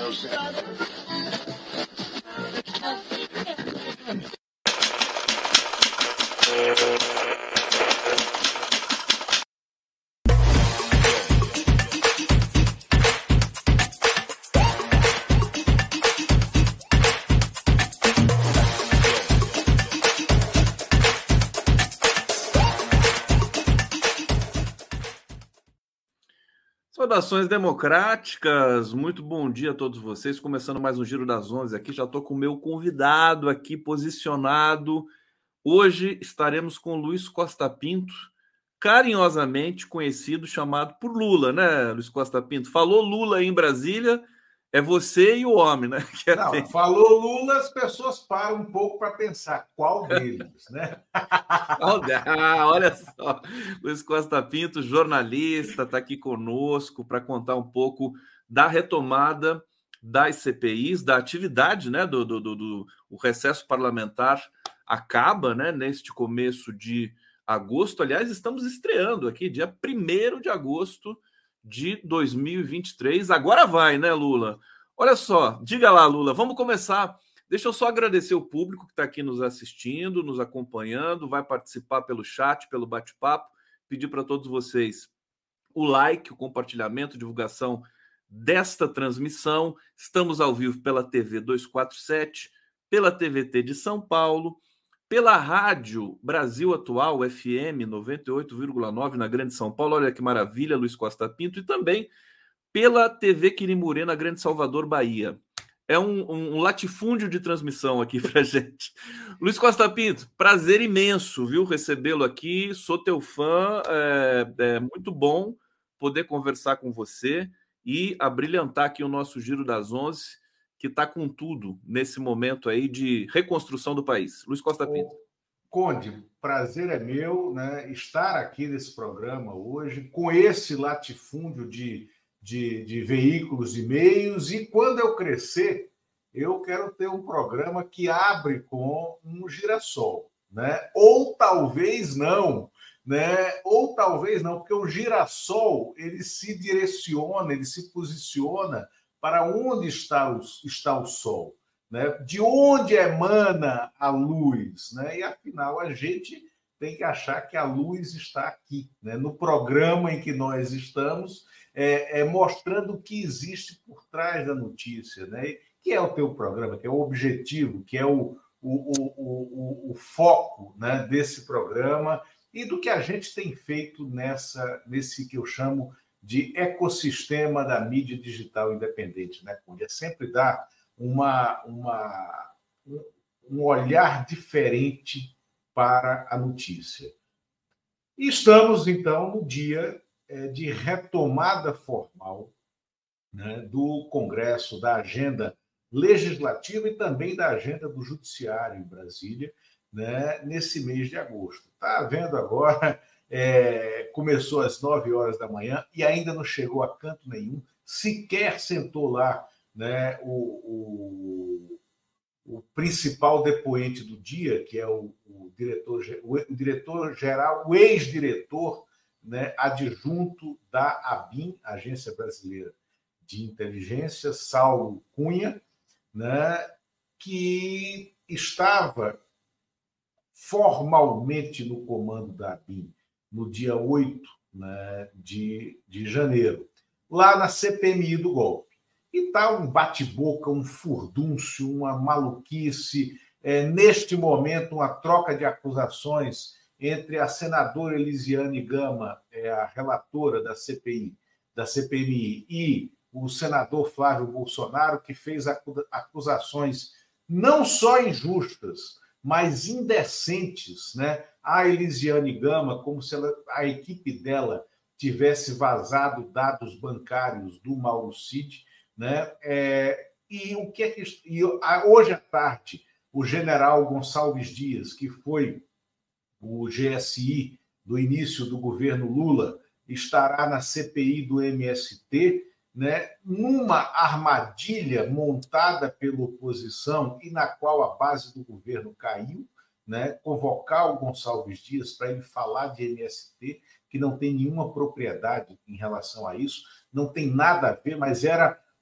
Saudações democráticas, muito bom dia a todos vocês. Começando mais um Giro das 11 aqui, já estou com o meu convidado aqui posicionado. Hoje estaremos com o Luiz Costa Pinto, carinhosamente conhecido, chamado por Lula, né, Luiz Costa Pinto? Falou Lula aí em Brasília, é você e o homem, né? Não, falou Lula, as pessoas param um pouco para pensar qual deles, né? Olha só, Luiz Costa Pinto, jornalista, está aqui conosco para contar um pouco da retomada das CPIs, da atividade, né? O recesso parlamentar acaba, né? Neste começo de agosto. Aliás, estamos estreando aqui, dia 1º de agosto de 2023. Agora vai, né, Lula? Olha só, diga lá, Lula, vamos começar. Deixa eu só agradecer o público que está aqui nos assistindo, nos acompanhando, vai participar pelo chat, pelo bate-papo. Pedir para todos vocês o like, o compartilhamento, divulgação desta transmissão. Estamos ao vivo pela TV 247, pela TVT de São Paulo, pela Rádio Brasil Atual, FM 98,9 na Grande São Paulo. Olha que maravilha, Luiz Costa Pinto. E também pela TV Quirimurê, na Grande Salvador, Bahia. É um latifúndio de transmissão aqui pra gente. Luiz Costa Pinto, prazer imenso, viu, recebê-lo aqui. Sou teu fã, é muito bom poder conversar com você e abrilhantar aqui o nosso Giro das 11, que está com tudo nesse momento aí de reconstrução do país. Luiz Costa Pinto. Conde, prazer é meu, né, estar aqui nesse programa hoje, com esse latifúndio de veículos e meios, e quando eu crescer, eu quero ter um programa que abre com um girassol, né? Ou talvez não, né? Ou talvez não, porque o girassol ele se direciona, ele se posiciona para onde está o sol, né? De onde emana a luz, né? E afinal a gente tem que achar que a luz está aqui, né? No programa em que nós estamos, mostrando o que existe por trás da notícia, né? Que é o teu programa, que é o objetivo, que é o foco, né, desse programa e do que a gente tem feito nesse que eu chamo de ecossistema da mídia digital independente, né, Conde? É sempre dar um olhar diferente para a notícia. E estamos, então, no dia de retomada formal, né, do Congresso, da agenda legislativa e também da agenda do Judiciário em Brasília, né, nesse mês de agosto. Está havendo agora, começou às 9 horas da manhã e ainda não chegou a canto nenhum, sequer sentou lá, né, o principal depoente do dia, que é o diretor-geral, o ex-diretor, né, adjunto da ABIN, Agência Brasileira de Inteligência, Saulo Cunha, né, que estava formalmente no comando da ABIN no dia 8, né, de janeiro, lá na CPMI do golpe. E está um bate-boca, um furdúncio, uma maluquice, neste momento uma troca de acusações entre a senadora Elisiane Gama, a relatora da CPMI, e o senador Flávio Bolsonaro, que fez acusações não só injustas, mas indecentes, né? A Elisiane Gama, como se a equipe dela tivesse vazado dados bancários do Mauro Cid, né? E o que é que hoje à tarde o general Gonçalves Dias, que foi o GSI do início do governo Lula, estará na CPI do MST, né, numa armadilha montada pela oposição e na qual a base do governo caiu, né, convocar o Gonçalves Dias para ele falar de MST, que não tem nenhuma propriedade em relação a isso, não tem nada a ver, mas era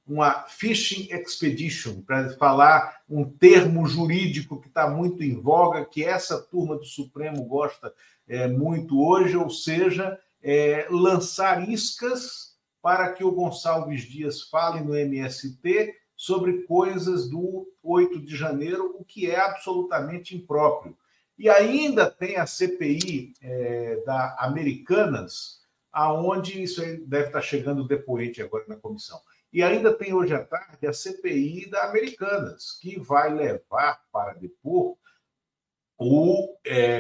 uma fishing expedition, para falar um termo jurídico que está muito em voga, que essa turma do Supremo gosta muito hoje, ou seja, lançar iscas para que o Gonçalves Dias fale no MST sobre coisas do 8 de janeiro, o que é absolutamente impróprio. E ainda tem a CPI da Americanas, aonde isso aí deve estar chegando o depoente agora na comissão. E ainda tem hoje à tarde a CPI da Americanas, que vai levar para depor o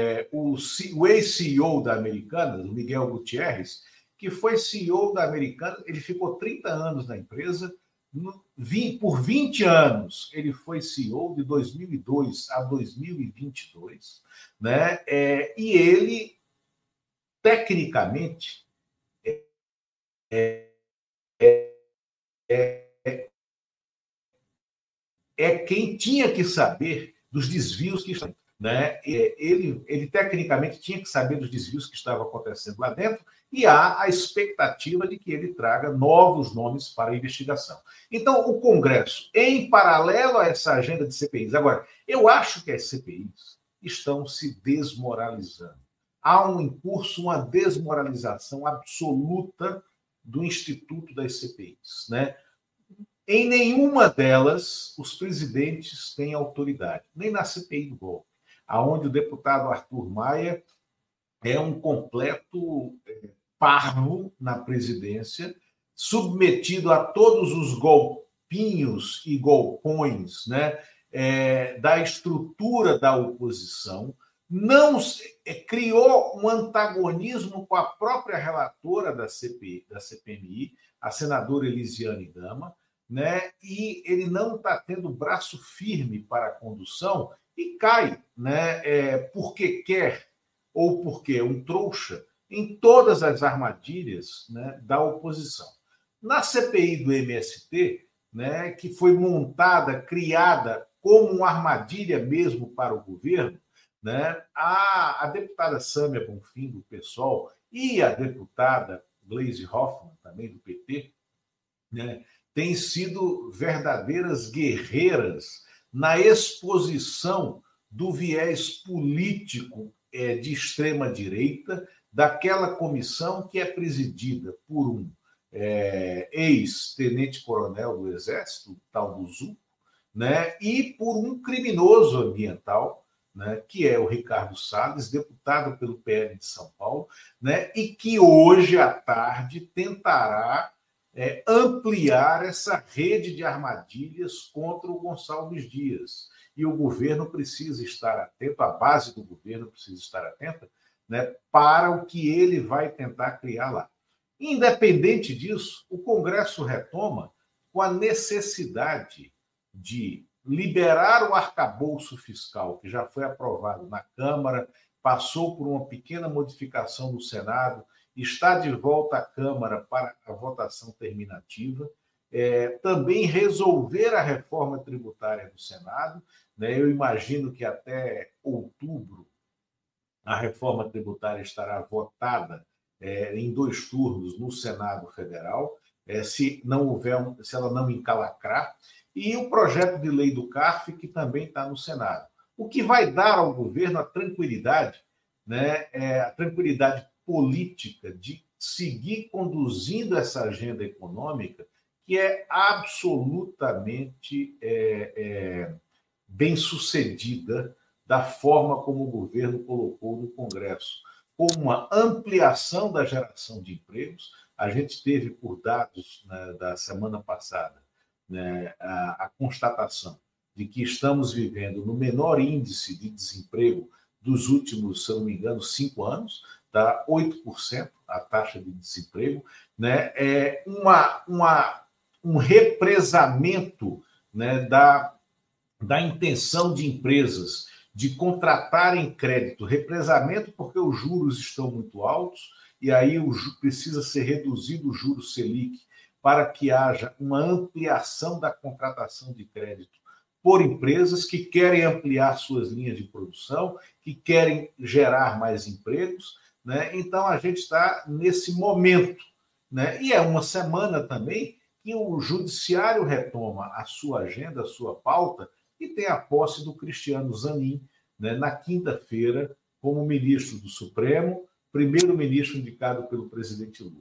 ex-CEO da Americanas, o Miguel Gutierrez, que foi CEO da Americanas, ele ficou 30 anos na empresa, por 20 anos ele foi CEO de 2002 a 2022, né? E ele, tecnicamente, quem tinha que saber dos desvios que estão, né? Ele tecnicamente tinha que saber dos desvios que estavam acontecendo lá dentro, e há a expectativa de que ele traga novos nomes para a investigação. Então, o Congresso, em paralelo a essa agenda de CPIs, agora, eu acho que as CPIs estão se desmoralizando. Há em curso uma desmoralização absoluta do Instituto das CPIs, né? Em nenhuma delas os presidentes têm autoridade, nem na CPI do golpe, aonde o deputado Arthur Maia é um completo parvo na presidência, submetido a todos os golpinhos e golpões, né, da estrutura da oposição, não criou um antagonismo com a própria relatora da CPMI, a senadora Elisiane Gama, né? E ele não está tendo braço firme para a condução e cai, né? Porque quer ou porque é um trouxa em todas as armadilhas, né, da oposição. Na CPI do MST, né, que foi montada, criada como uma armadilha mesmo para o governo, né, a deputada Sâmia Bonfim, do PSOL, e a deputada Gleisi Hoffmann, também do PT, né, têm sido verdadeiras guerreiras na exposição do viés político de extrema-direita daquela comissão que é presidida por um ex-tenente-coronel do Exército, tal do Zuco, né, e por um criminoso ambiental, né, que é o Ricardo Salles, deputado pelo PL de São Paulo, né, e que hoje à tarde tentará ampliar essa rede de armadilhas contra o Gonçalves Dias. E o governo precisa estar atento, a base do governo precisa estar atenta, né, para o que ele vai tentar criar lá. Independente disso, o Congresso retoma com a necessidade de liberar o arcabouço fiscal, que já foi aprovado na Câmara, passou por uma pequena modificação no Senado, está de volta à Câmara para a votação terminativa, também resolver a reforma tributária do Senado, né? Eu imagino que até outubro a reforma tributária estará votada em 2 turnos no Senado Federal, se ela não encalacrar, e o projeto de lei do CARF, que também está no Senado. O que vai dar ao governo a tranquilidade, né, a tranquilidade política de seguir conduzindo essa agenda econômica, que é absolutamente bem sucedida, da forma como o governo colocou no Congresso, com uma ampliação da geração de empregos. A gente teve, por dados, né, da semana passada, né, a constatação de que estamos vivendo no menor índice de desemprego dos últimos, se não me engano, 5 anos, tá? 8% a taxa de desemprego, né? Um represamento, né, da intenção de empresas de contratarem crédito, represamento porque os juros estão muito altos, e aí precisa ser reduzido o juro Selic para que haja uma ampliação da contratação de crédito por empresas que querem ampliar suas linhas de produção, que querem gerar mais empregos, né? Então, a gente está nesse momento, né? E é uma semana também que o judiciário retoma a sua agenda, a sua pauta, e tem a posse do Cristiano Zanin, né, na quinta-feira, como ministro do Supremo, primeiro-ministro indicado pelo presidente Lula.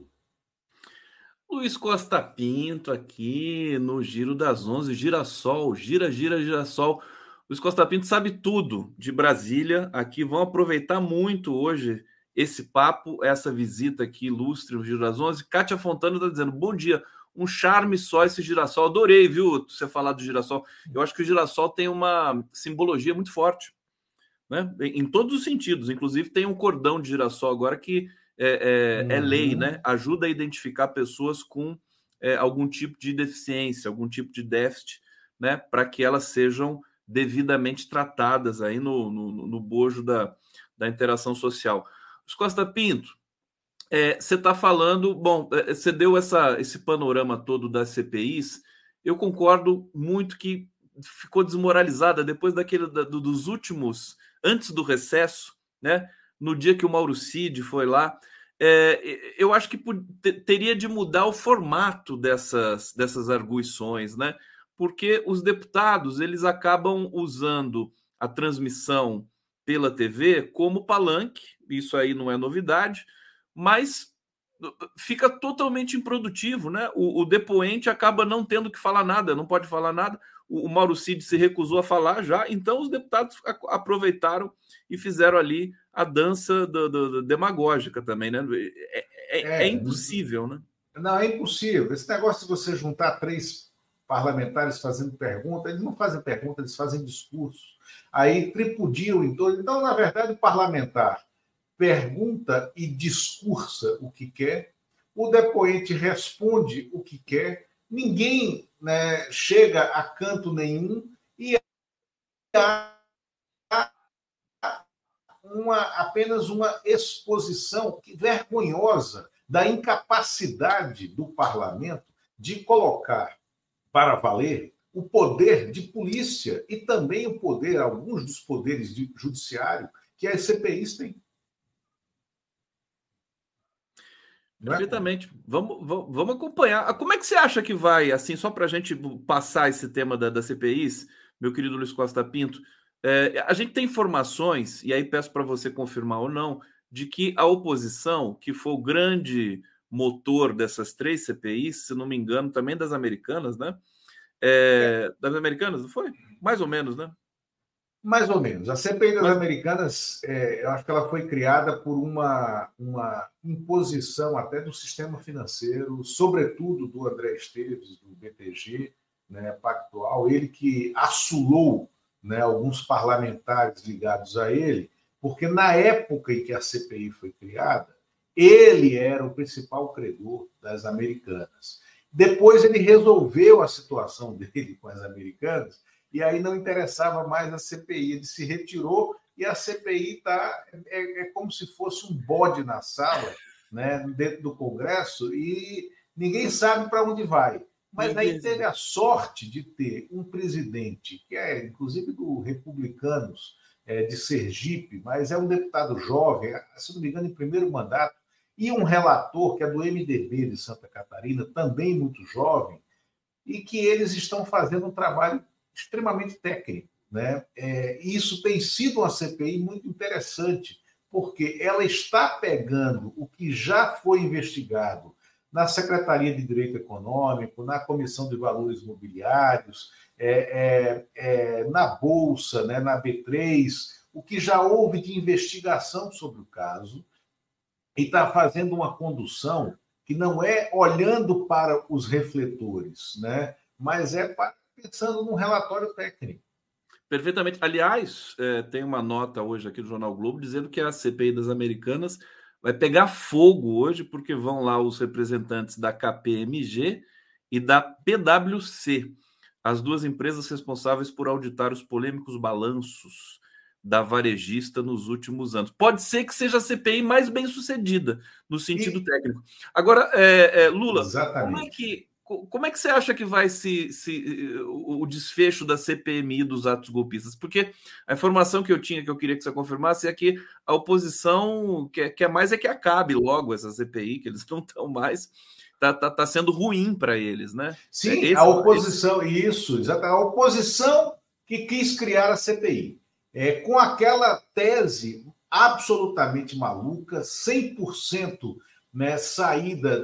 Luiz Costa Pinto aqui no Giro das 11, Girassol, gira, gira, girassol. Luiz Costa Pinto sabe tudo de Brasília. Aqui vão aproveitar muito hoje esse papo, essa visita aqui ilustre no Giro das 11. Kátia Fontana está dizendo, bom dia, um charme só esse girassol. Adorei, viu, você falar do girassol. Eu acho que o girassol tem uma simbologia muito forte, né? Em todos os sentidos. Inclusive tem um cordão de girassol agora que é lei, né? Ajuda a identificar pessoas com algum tipo de deficiência, algum tipo de déficit, né? Para que elas sejam devidamente tratadas aí no bojo da interação social. Os Costa Pinto, você está falando, bom, você deu esse panorama todo das CPIs. Eu concordo muito que ficou desmoralizada depois dos últimos, antes do recesso, né? No dia que o Mauro Cid foi lá. Eu acho que teria de mudar o formato dessas arguições, né? Porque os deputados eles acabam usando a transmissão pela TV como palanque, isso aí não é novidade, mas fica totalmente improdutivo, né? O depoente acaba não tendo que falar nada, não pode falar nada. O Mauro Cid se recusou a falar já, então os deputados aproveitaram e fizeram ali a dança demagógica também, né? É impossível, né? Não, é impossível. Esse negócio de você juntar 3 parlamentares fazendo pergunta, eles não fazem pergunta, eles fazem discurso. Aí tripudiam em torno. Então, na verdade, o parlamentar pergunta e discursa o que quer, o depoente responde o que quer, ninguém, né, chega a canto nenhum e há apenas uma exposição vergonhosa da incapacidade do parlamento de colocar para valer o poder de polícia e também o poder, alguns dos poderes de judiciário que as CPIs têm. Perfeitamente. Vamos acompanhar. Como é que você acha que vai, assim, só para a gente passar esse tema das CPIs, meu querido Luiz Costa Pinto? A gente tem informações, e aí peço para você confirmar ou não, de que a oposição, que foi o grande motor dessas 3 CPIs, se não me engano, também das americanas, né? Das americanas, não foi? Mais ou menos, né? Mais ou menos. A CPI das Americanas, eu acho que ela foi criada por uma imposição até do sistema financeiro, sobretudo do André Esteves, do BTG, né, Pactual, ele que assulou, né, alguns parlamentares ligados a ele, porque na época em que a CPI foi criada, ele era o principal credor das americanas. Depois ele resolveu a situação dele com as americanas, e aí não interessava mais a CPI, ele se retirou e a CPI é como se fosse um bode na sala, né, dentro do Congresso, e ninguém sabe para onde vai. Mas aí teve a sorte de ter um presidente, que é inclusive do Republicanos, de Sergipe, mas é um deputado jovem, se não me engano, em primeiro mandato, e um relator que é do MDB de Santa Catarina, também muito jovem, e que eles estão fazendo um trabalho extremamente técnico. Né? Isso tem sido uma CPI muito interessante, porque ela está pegando o que já foi investigado na Secretaria de Direito Econômico, na Comissão de Valores Mobiliários, na Bolsa, né, na B3, o que já houve de investigação sobre o caso, e está fazendo uma condução que não é olhando para os refletores, né, mas pensando num relatório técnico. Perfeitamente. Aliás, tem uma nota hoje aqui do Jornal Globo dizendo que a CPI das Americanas vai pegar fogo hoje, porque vão lá os representantes da KPMG e da PwC, as 2 empresas responsáveis por auditar os polêmicos balanços da varejista nos últimos anos. Pode ser que seja a CPI mais bem sucedida no sentido técnico. Agora, Lula, como é que você acha que vai o desfecho da CPMI dos atos golpistas? Porque a informação que eu tinha, que eu queria que você confirmasse, é que a oposição quer mais é que acabe logo essa CPI, que eles não estão mais. tá sendo ruim para eles, né? Sim, a oposição, isso, exatamente, a oposição que quis criar a CPI, com aquela tese absolutamente maluca, 100%, né, saída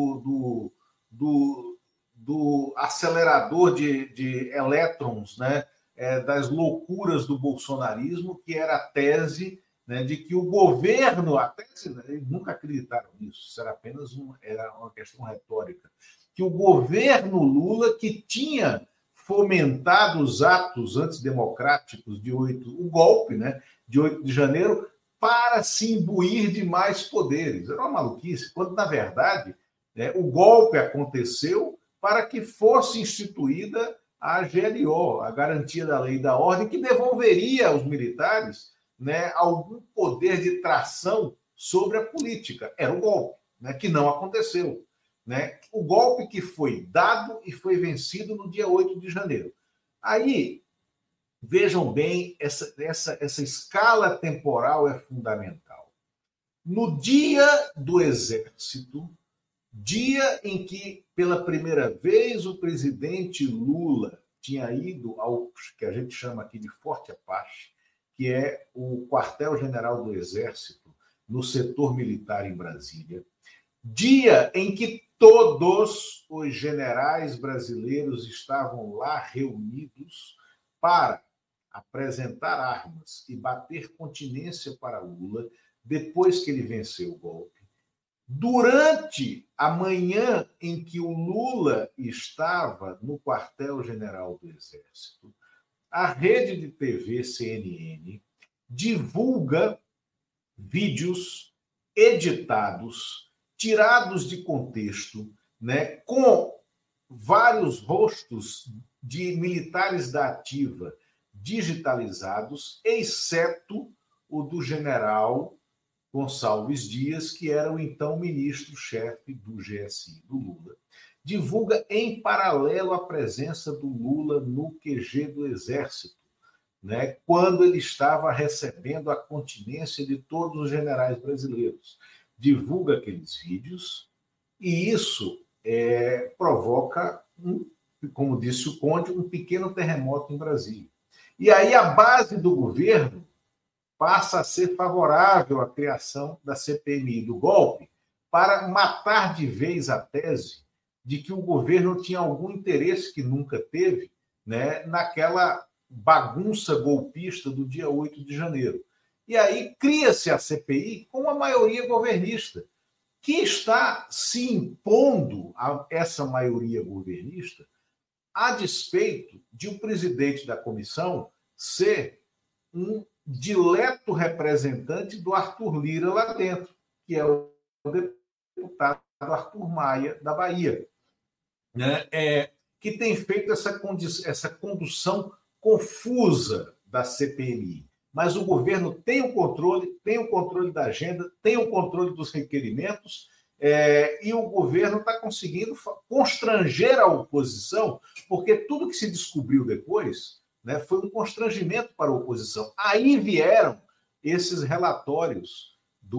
do acelerador de elétrons, né, das loucuras do bolsonarismo, que era a tese, né, de que o governo, a tese, eles nunca acreditaram nisso, isso era uma questão retórica, que o governo Lula, que tinha fomentado os atos antidemocráticos o golpe, né, de 8 de janeiro, para se imbuir de mais poderes. Era uma maluquice, quando, na verdade, o golpe aconteceu para que fosse instituída a GLO, a Garantia da Lei e da Ordem, que devolveria aos militares, né, algum poder de tração sobre a política. Era o golpe, né, que não aconteceu. Né? O golpe que foi dado e foi vencido no dia 8 de janeiro. Aí, vejam bem, essa escala temporal é fundamental. No dia do Exército, dia em que, pela primeira vez, o presidente Lula tinha ido ao que a gente chama aqui de Forte Apache, que é o quartel-general do Exército, no setor militar em Brasília, dia em que todos os generais brasileiros estavam lá reunidos para apresentar armas e bater continência para Lula depois que ele venceu o golpe. Durante a manhã em que o Lula estava no quartel-general do Exército, a rede de TV CNN divulga vídeos editados, tirados de contexto, né, com vários rostos de militares da ativa digitalizados, exceto o do general Gonçalves Dias, que era o então ministro-chefe do GSI, do Lula. Divulga em paralelo a presença do Lula no QG do Exército, né, quando ele estava recebendo a continência de todos os generais brasileiros. Divulga aqueles vídeos e isso provoca, como disse o Conde, um pequeno terremoto em Brasília. E aí a base do governo passa a ser favorável à criação da CPMI do golpe para matar de vez a tese de que o governo tinha algum interesse que nunca teve, né, naquela bagunça golpista do dia 8 de janeiro. E aí cria-se a CPI com a maioria governista, que está se impondo a essa maioria governista a despeito de o presidente da comissão ser um dileto representante do Arthur Lira lá dentro, que é o deputado Arthur Maia, da Bahia, né? Que tem feito essa condução confusa da CPMI. Mas o governo tem o controle da agenda, tem o controle dos requerimentos, e o governo está conseguindo constranger a oposição, porque tudo que se descobriu depois, né, foi um constrangimento para a oposição. Aí vieram esses relatórios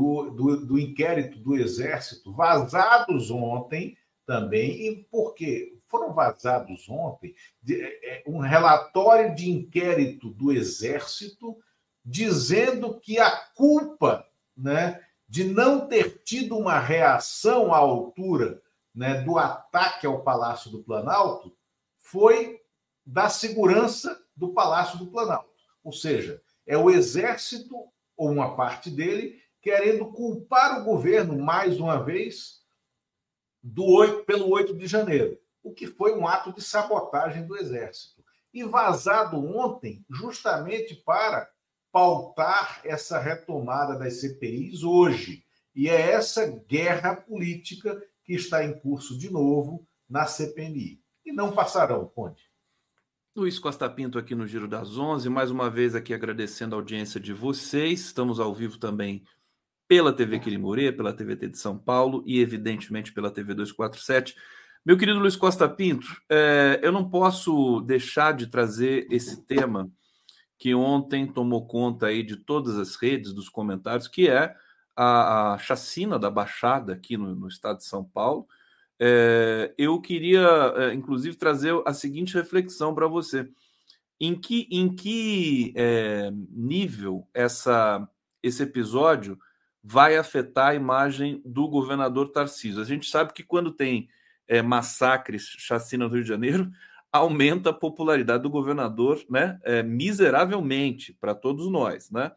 do inquérito do Exército, vazados ontem também. E por quê? Foram vazados ontem um relatório de inquérito do Exército dizendo que a culpa, né, de não ter tido uma reação à altura, né, do ataque ao Palácio do Planalto foi da segurança do Palácio do Planalto. Ou seja, é o Exército, ou uma parte dele, querendo culpar o governo, mais uma vez, pelo 8 de janeiro, o que foi um ato de sabotagem do Exército. E vazado ontem, justamente para pautar essa retomada das CPIs hoje. E é essa guerra política que está em curso de novo na CPMI. E não passarão, Conde. Luiz Costa Pinto aqui no Giro das 11, mais uma vez aqui agradecendo a audiência de vocês. Estamos ao vivo também pela TV Quirimurê, pela TVT de São Paulo e, evidentemente, pela TV 247. Meu querido Luiz Costa Pinto, eu não posso deixar de trazer esse tema que ontem tomou conta aí de todas as redes, dos comentários, que é a chacina da Baixada aqui no estado de São Paulo, eu queria, inclusive, trazer a seguinte reflexão para você. Em que nível esse episódio vai afetar a imagem do governador Tarcísio? A gente sabe que quando tem massacres, chacina no Rio de Janeiro, aumenta a popularidade do governador, né, miseravelmente para todos nós, né?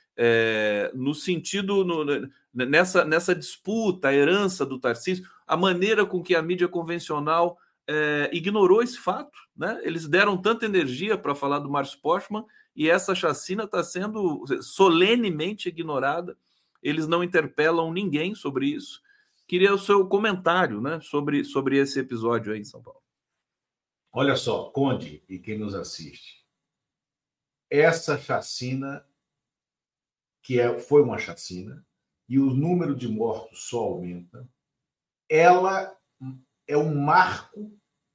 No sentido, nessa disputa, a herança do Tarcísio, a maneira com que a mídia convencional ignorou esse fato, né? Eles deram tanta energia para falar do Márcio Postman e essa chacina está sendo solenemente ignorada. Eles não interpelam ninguém sobre isso. Queria o seu comentário, né, sobre esse episódio aí em São Paulo. Olha só, Conde e quem nos assiste, essa chacina, foi uma chacina, e o número de mortos só aumenta, ela é um marco,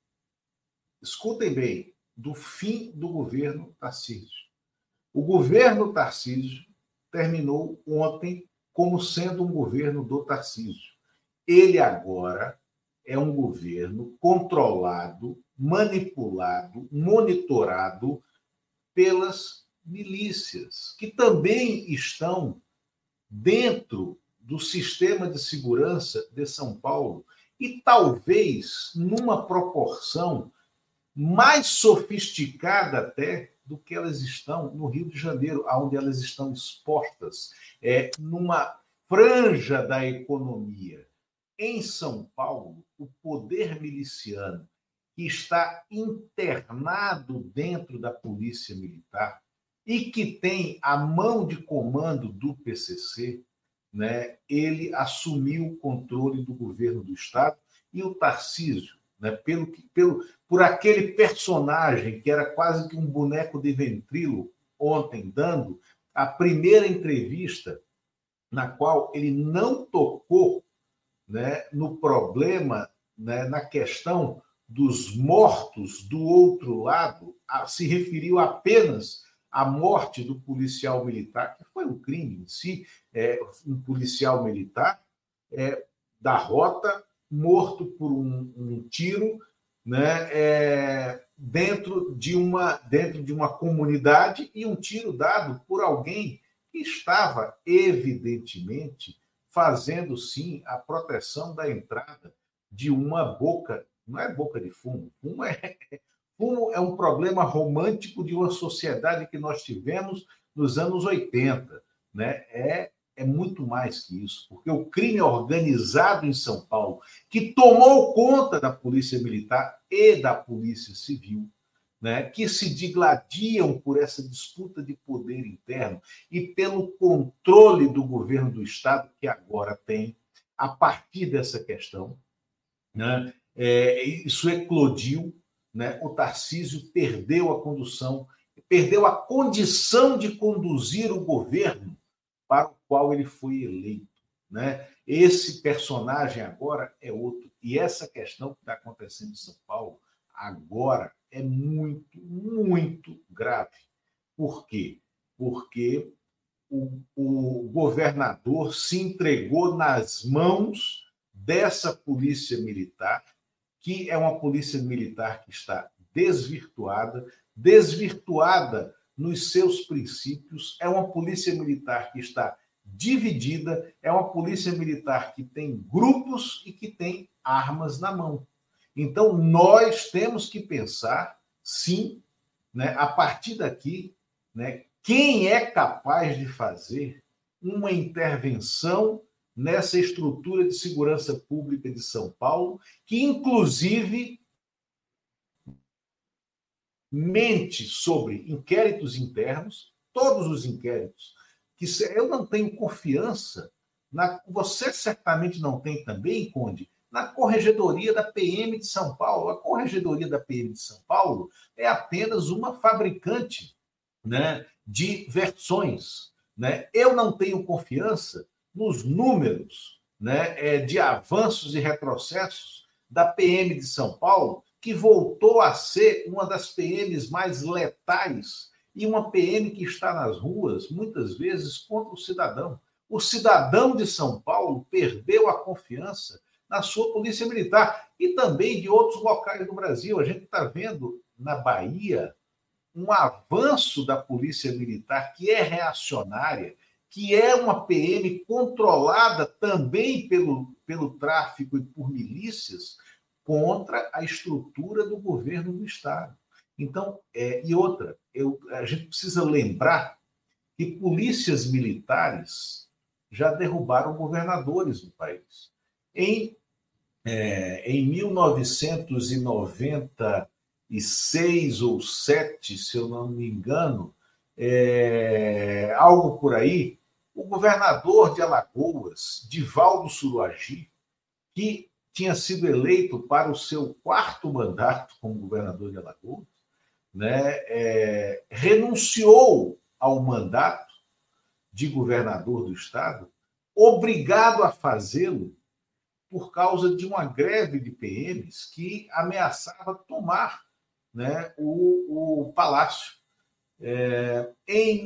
escutem bem, do fim do governo Tarcísio. O governo Tarcísio terminou ontem como sendo um governo do Tarcísio. Ele agora é um governo controlado, manipulado, monitorado pelas milícias, que também estão dentro do sistema de segurança de São Paulo e talvez numa proporção mais sofisticada até do que elas estão no Rio de Janeiro, onde elas estão expostas, numa franja da economia. Em São Paulo, o poder miliciano que está internado dentro da Polícia Militar e que tem a mão de comando do PCC, né, ele assumiu o controle do governo do Estado e o Tarcísio, né, por aquele personagem que era quase que um boneco de ventrilo ontem, dando a primeira entrevista na qual ele não tocou, né, no problema, né, na questão dos mortos do outro lado, se referiu apenas à morte do policial militar, que foi um crime em si, um policial militar da rota, morto por um tiro, né, dentro de uma comunidade, e um tiro dado por alguém que estava, evidentemente, fazendo, sim, a proteção da entrada de uma boca, não é boca de fumo, fumo é um problema romântico de uma sociedade que nós tivemos nos anos 80, né? É muito mais que isso, porque o crime organizado em São Paulo, que tomou conta da Polícia Militar e da Polícia Civil, né, que se digladiam por essa disputa de poder interno e pelo controle do governo do Estado, que agora tem, a partir dessa questão, né, isso eclodiu, né, o Tarcísio perdeu a condução, perdeu a condição de conduzir o governo para o qual ele foi eleito. Né? Esse personagem agora é outro. E essa questão que está acontecendo em São Paulo agora é muito, muito grave. Por quê? Porque o governador se entregou nas mãos dessa polícia militar, que é uma polícia militar que está desvirtuada nos seus princípios, é uma polícia militar que está dividida, é uma polícia militar que tem grupos e que tem armas na mão. Então, nós temos que pensar, sim, né, a partir daqui, né, quem é capaz de fazer uma intervenção nessa estrutura de segurança pública de São Paulo, que, inclusive, mente sobre inquéritos internos, todos os inquéritos, que eu não tenho confiança, você certamente não tem também, Conde, na Corregedoria da PM de São Paulo. A Corregedoria da PM de São Paulo é apenas uma fabricante, né, de versões. Né? Eu não tenho confiança nos números, né, de avanços e retrocessos da PM de São Paulo, que voltou a ser uma das PMs mais letais e uma PM que está nas ruas, muitas vezes, contra o cidadão. O cidadão de São Paulo perdeu a confiança na sua polícia militar e também de outros locais do Brasil. A gente está vendo na Bahia um avanço da polícia militar que é reacionária, que é uma PM controlada também pelo tráfico e por milícias contra a estrutura do governo do Estado. Então, e outra, a gente precisa lembrar que polícias militares já derrubaram governadores do país. Em 1996 ou 7, se eu não me engano, algo por aí, o governador de Alagoas, Divaldo Suruagi, que tinha sido eleito para o seu 4º mandato como governador de Alagoas, né, renunciou ao mandato de governador do estado, obrigado a fazê-lo por causa de uma greve de PMs que ameaçava tomar, né, o palácio. Em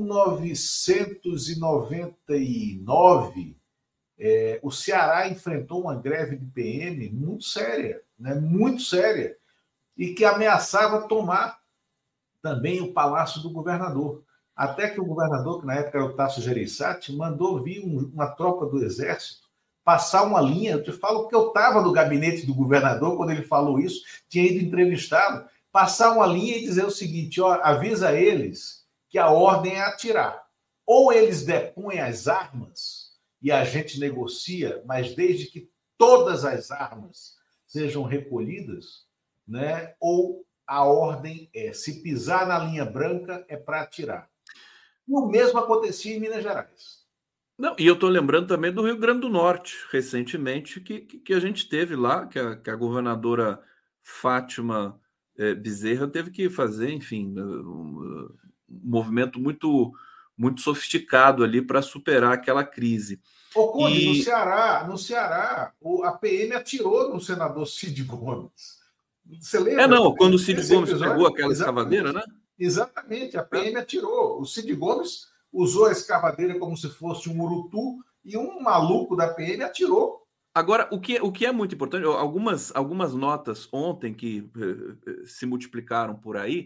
1999, o Ceará enfrentou uma greve de PM muito séria, né, muito séria, e que ameaçava tomar também o palácio do governador. Até que o governador, que na época era o Tasso Gereissati, mandou vir uma tropa do Exército passar uma linha. Eu te falo que eu estava no gabinete do governador quando ele falou isso, tinha ido entrevistá-lo, passar uma linha e dizer o seguinte: ó, avisa eles que a ordem é atirar. Ou eles depõem as armas e a gente negocia, mas desde que todas as armas sejam recolhidas, né? Ou a ordem se pisar na linha branca é para atirar. E o mesmo acontecia em Minas Gerais. Não, e eu estou lembrando também do Rio Grande do Norte, recentemente, que a gente teve lá, que a governadora Fátima Bezerra teve que fazer, enfim, um movimento muito sofisticado ali para superar aquela crise. Ô, Conde, no Ceará, a PM atirou no senador Cid Gomes. Você lembra? Não, quando o Cid Gomes episódio? pegou aquela escavadeira, né? Exatamente, a PM atirou. O Cid Gomes usou a escavadeira como se fosse um urutu e um maluco da PM atirou. Agora, o que é muito importante, algumas notas ontem que se multiplicaram por aí,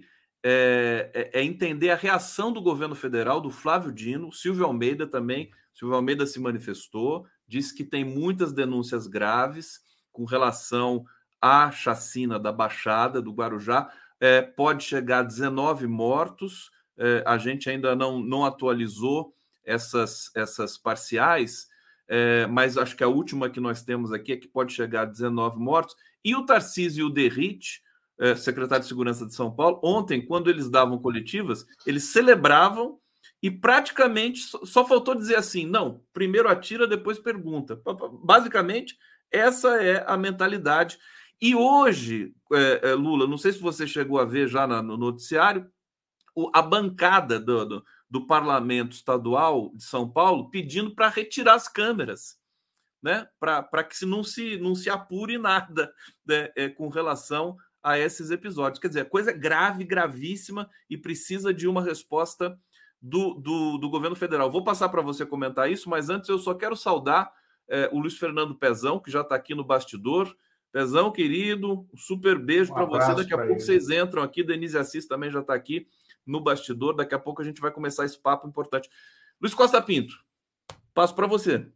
é entender a reação do governo federal, do Flávio Dino, Silvio Almeida também. Silvio Almeida se manifestou, disse que tem muitas denúncias graves com relação à chacina da Baixada, do Guarujá. Pode chegar a 19 mortos, a gente ainda não atualizou essas parciais, mas acho que a última que nós temos aqui é que pode chegar a 19 mortos. E o Tarcísio e o Derrite, secretário de Segurança de São Paulo, ontem, quando eles davam coletivas, eles celebravam e praticamente só faltou dizer assim: não, primeiro atira, depois pergunta. Basicamente, essa é a mentalidade. E hoje, Lula, não sei se você chegou a ver já no noticiário, a bancada do Parlamento Estadual de São Paulo pedindo para retirar as câmeras, né? Para que não se apure nada, né? Com relação a esses episódios. Quer dizer, a coisa é grave, gravíssima e precisa de uma resposta do governo federal. Vou passar para você comentar isso, mas antes eu só quero saudar o Luiz Fernando Pezão, que já está aqui no bastidor. Pezão, querido, um super beijo para você. Daqui a pouco vocês entram aqui. Denise Assis também já está aqui no bastidor. Daqui a pouco a gente vai começar esse papo importante. Luiz Costa Pinto, passo para você.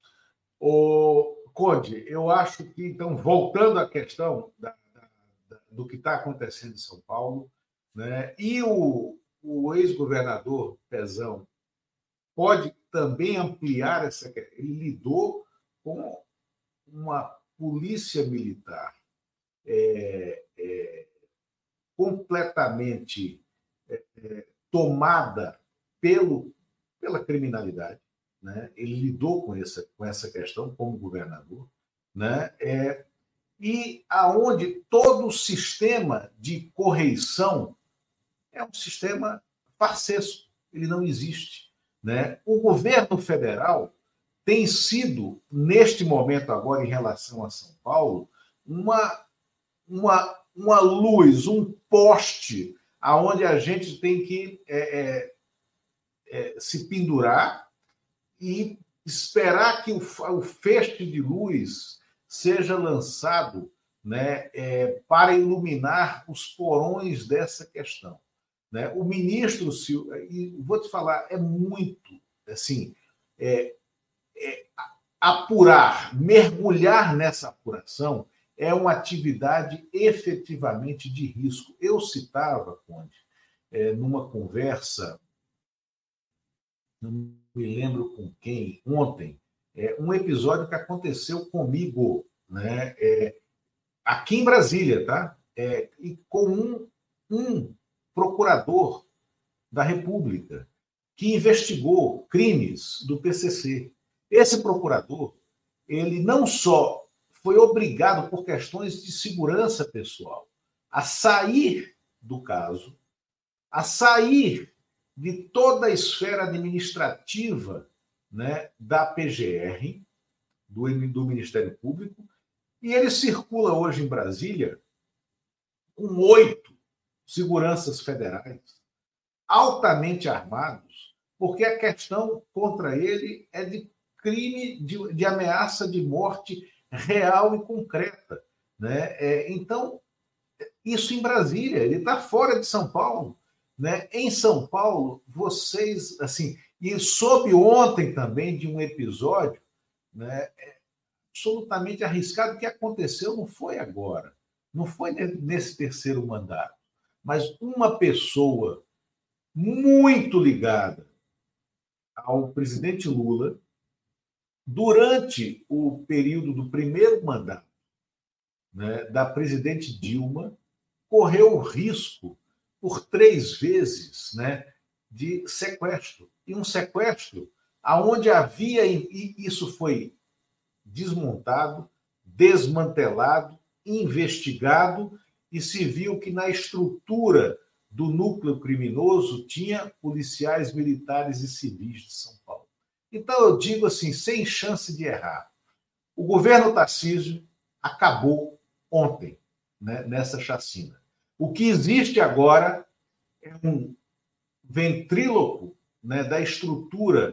Conde, eu acho que, então, voltando à questão do que está acontecendo em São Paulo, né, e o ex-governador Pezão pode também ampliar essa questão. Ele lidou com uma polícia militar completamente tomada pela criminalidade, né? Ele lidou com essa questão como governador, né? E aonde todo o sistema de correição é um sistema farsesco, ele não existe, né? O governo federal tem sido, neste momento agora, em relação a São Paulo, uma luz, um poste aonde a gente tem que se pendurar e esperar que o feixe de luz seja lançado, né, para iluminar os porões dessa questão. Né? O ministro Silva, e vou te falar, é muito assim, apurar, mergulhar nessa apuração é uma atividade efetivamente de risco. Eu citava, Conde, numa conversa, não me lembro com quem, ontem, um episódio que aconteceu comigo, né? Aqui em Brasília, tá? E com um procurador da República que investigou crimes do PCC. Esse procurador, ele não só foi obrigado por questões de segurança pessoal a sair do caso, a sair de toda a esfera administrativa, né, da PGR, do Ministério Público, e ele circula hoje em Brasília com 8 seguranças federais altamente armados, porque a questão contra ele é de crime de ameaça de morte real e concreta. Né? Então, isso em Brasília, ele está fora de São Paulo. Né? Em São Paulo, vocês, assim, e soube ontem também de um episódio, né, absolutamente arriscado, que aconteceu não foi agora, não foi nesse terceiro mandato, mas uma pessoa muito ligada ao presidente Lula, durante o período do primeiro mandato, né, da presidente Dilma, correu o risco, por 3 vezes, né, de sequestro. E um sequestro aonde havia, e isso foi desmontado, desmantelado, investigado, e se viu que na estrutura do núcleo criminoso tinha policiais militares e civis de São Paulo. Então, eu digo assim, sem chance de errar, o governo Tarcísio acabou ontem, né, nessa chacina. O que existe agora é um ventríloco, né, da estrutura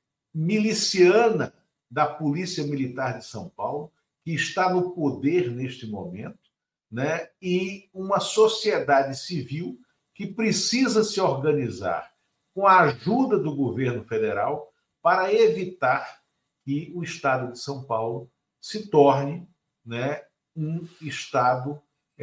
miliciana da Polícia Militar de São Paulo, que está no poder neste momento, né, e uma sociedade civil que precisa se organizar com a ajuda do governo federal para evitar que o Estado de São Paulo se torne, né, um Estado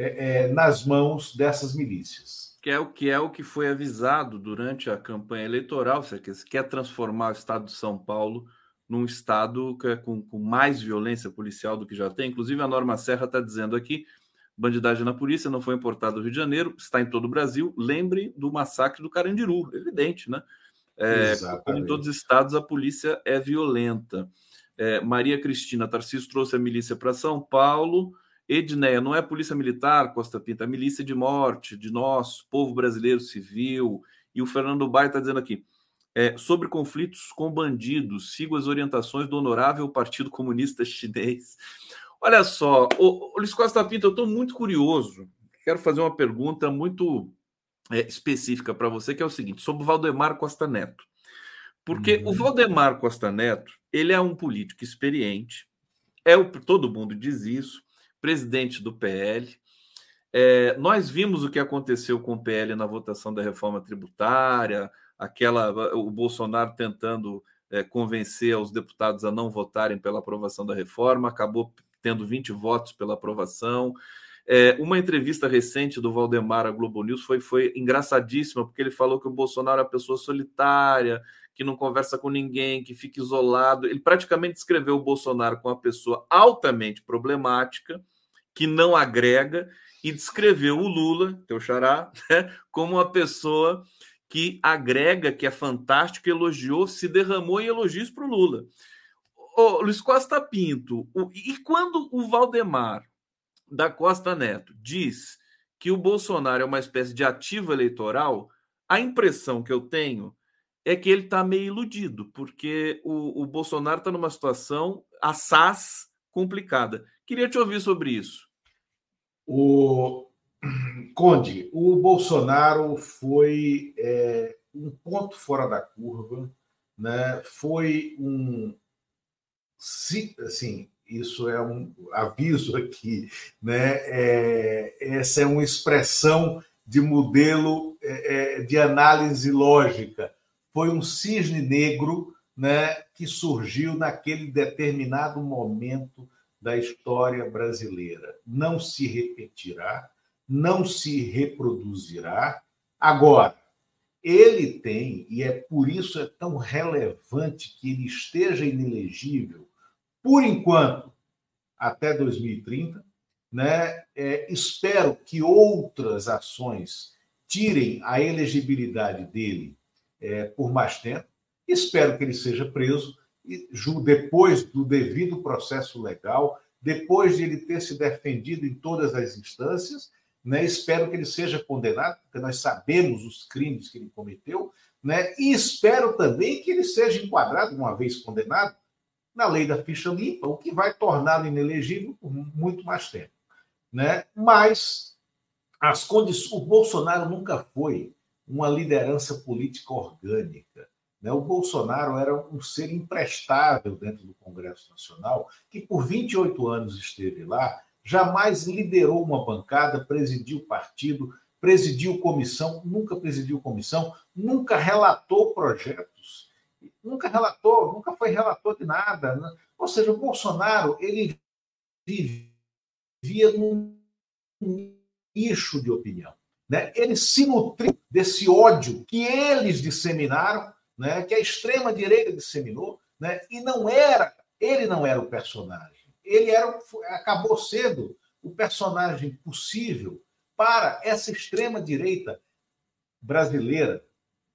nas mãos dessas milícias. Que é o que foi avisado durante a campanha eleitoral. Você quer transformar o Estado de São Paulo num Estado com mais violência policial do que já tem. Inclusive, a Norma Serra está dizendo aqui: bandidagem na polícia não foi importada do Rio de Janeiro, está em todo o Brasil. Lembre do massacre do Carandiru, evidente, né? Como em todos os estados, a polícia é violenta. Maria Cristina Tarcísio trouxe a milícia para São Paulo. Edneia, não é polícia militar, Costa Pinta, é milícia de morte, de nós, povo brasileiro civil. E o Fernando Baia está dizendo aqui, sobre conflitos com bandidos, sigo as orientações do honorável Partido Comunista Chinês. Olha só, Luiz Costa Pinto, eu estou muito curioso, quero fazer uma pergunta muito específica para você, que é o seguinte, sobre o Valdemar Costa Neto. Porque o Valdemar Costa Neto, ele é um político experiente, todo mundo diz isso, presidente do PL. Nós vimos o que aconteceu com o PL na votação da reforma tributária, o Bolsonaro tentando convencer os deputados a não votarem pela aprovação da reforma, acabou tendo 20 votos pela aprovação. Uma entrevista recente do Valdemar à Globo News foi engraçadíssima, porque ele falou que o Bolsonaro é uma pessoa solitária, que não conversa com ninguém, que fica isolado. Ele praticamente descreveu o Bolsonaro como uma pessoa altamente problemática, que não agrega, e descreveu o Lula, teu xará, né, como uma pessoa que agrega, que é fantástico, elogiou, se derramou em elogios para o Lula. Luiz Costa Pinto, e quando o Valdemar da Costa Neto diz que o Bolsonaro é uma espécie de ativo eleitoral, a impressão que eu tenho é que ele está meio iludido, porque o Bolsonaro está numa situação assaz complicada. Queria te ouvir sobre isso. Conde, o Bolsonaro foi um ponto fora da curva, né? Foi assim, isso é um aviso aqui, né? Essa é uma expressão de modelo de análise lógica. Foi um cisne negro, né, que surgiu naquele determinado momento da história brasileira. Não se repetirá, não se reproduzirá. Agora, ele tem, e é por isso é tão relevante que ele esteja inelegível, por enquanto, até 2030, né? Espero que outras ações tirem a elegibilidade dele por mais tempo. Espero que ele seja preso depois do devido processo legal, depois de ele ter se defendido em todas as instâncias, né? Espero que ele seja condenado, porque nós sabemos os crimes que ele cometeu, né? E espero também que ele seja enquadrado, uma vez condenado, na lei da ficha limpa, o que vai torná-lo inelegível por muito mais tempo, né? Mas o Bolsonaro nunca foi uma liderança política orgânica, né? O Bolsonaro era um ser imprestável dentro do Congresso Nacional, que por 28 anos esteve lá, jamais liderou uma bancada, presidiu partido, presidiu comissão, nunca relatou projetos, nunca foi relator de nada, né? Ou seja, o Bolsonaro ele vivia num nicho de opinião, né? Ele se nutriu desse ódio que eles disseminaram, né? Que a extrema direita disseminou, né? E ele não era o personagem, acabou sendo o personagem possível para essa extrema direita brasileira,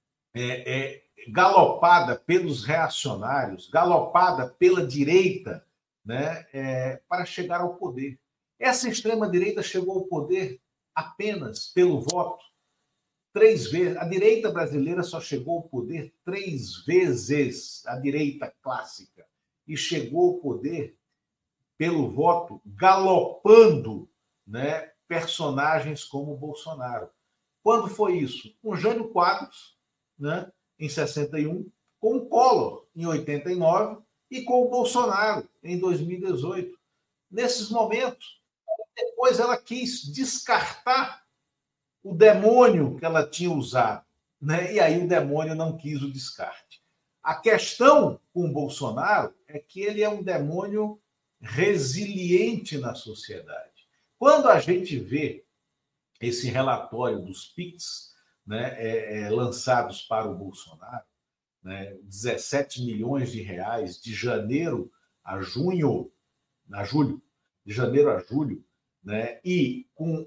galopada pelos reacionários, galopada pela direita, né, para chegar ao poder. Essa extrema-direita chegou ao poder apenas pelo voto 3 vezes. A direita brasileira só chegou ao poder 3 vezes, a direita clássica, e chegou ao poder pelo voto galopando, né, personagens como Bolsonaro. Quando foi isso? Com Jânio Quadros, né, em 61, com o Collor, em 89, e com o Bolsonaro, em 2018. Nesses momentos, depois ela quis descartar o demônio que ela tinha usado, né? E aí o demônio não quis o descarte. A questão com o Bolsonaro é que ele é um demônio resiliente na sociedade. Quando a gente vê esse relatório dos PIX, né, lançados para o Bolsonaro, né, 17 milhões de reais de janeiro a julho, de janeiro a julho, né, e com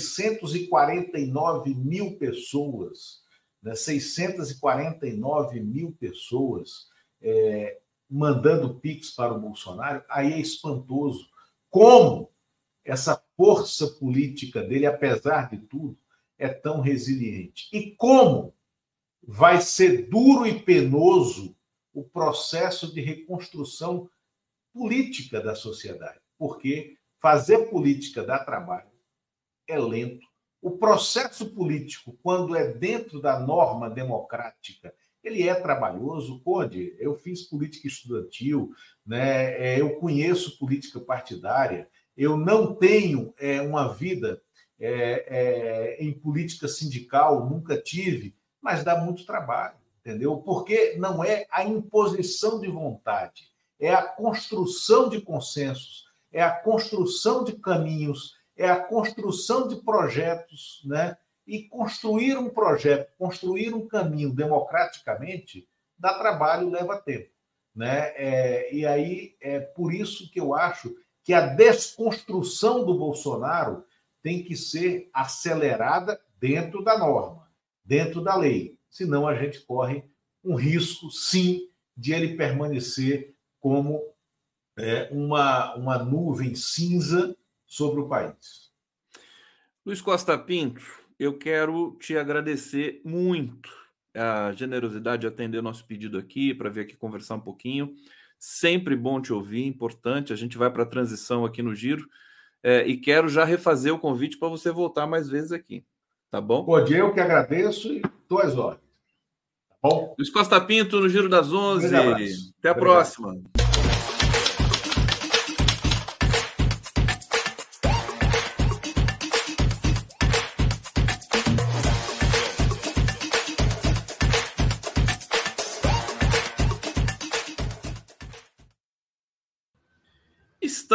649 mil pessoas, né, 649 mil pessoas mandando Pix para o Bolsonaro, aí é espantoso como essa força política dele, apesar de tudo, é tão resiliente. E como vai ser duro e penoso o processo de reconstrução política da sociedade, porque fazer política dá trabalho, é lento. O processo político, quando é dentro da norma democrática, ele é trabalhoso. Conde, eu fiz política estudantil, né? Eu conheço política partidária, eu não tenho uma vida em política sindical, nunca tive, mas dá muito trabalho, entendeu? Porque não é a imposição de vontade, é a construção de consensos, é a construção de caminhos, é a construção de projetos, né? E construir um projeto, construir um caminho democraticamente, dá trabalho, leva tempo, né? E aí é por isso que eu acho que a desconstrução do Bolsonaro tem que ser acelerada dentro da norma, dentro da lei. Senão a gente corre um risco, sim, de ele permanecer como uma nuvem cinza sobre o país. Luiz Costa Pinto, eu quero te agradecer muito a generosidade de atender nosso pedido aqui, para vir aqui conversar um pouquinho. Sempre bom te ouvir, importante. A gente vai para a transição aqui no Giro. E quero já refazer o convite para você voltar mais vezes aqui. Tá bom? Pode, eu que agradeço e estou às ordens. Tá bom? Luiz Costa Pinto no Giro das 11. Até a próxima.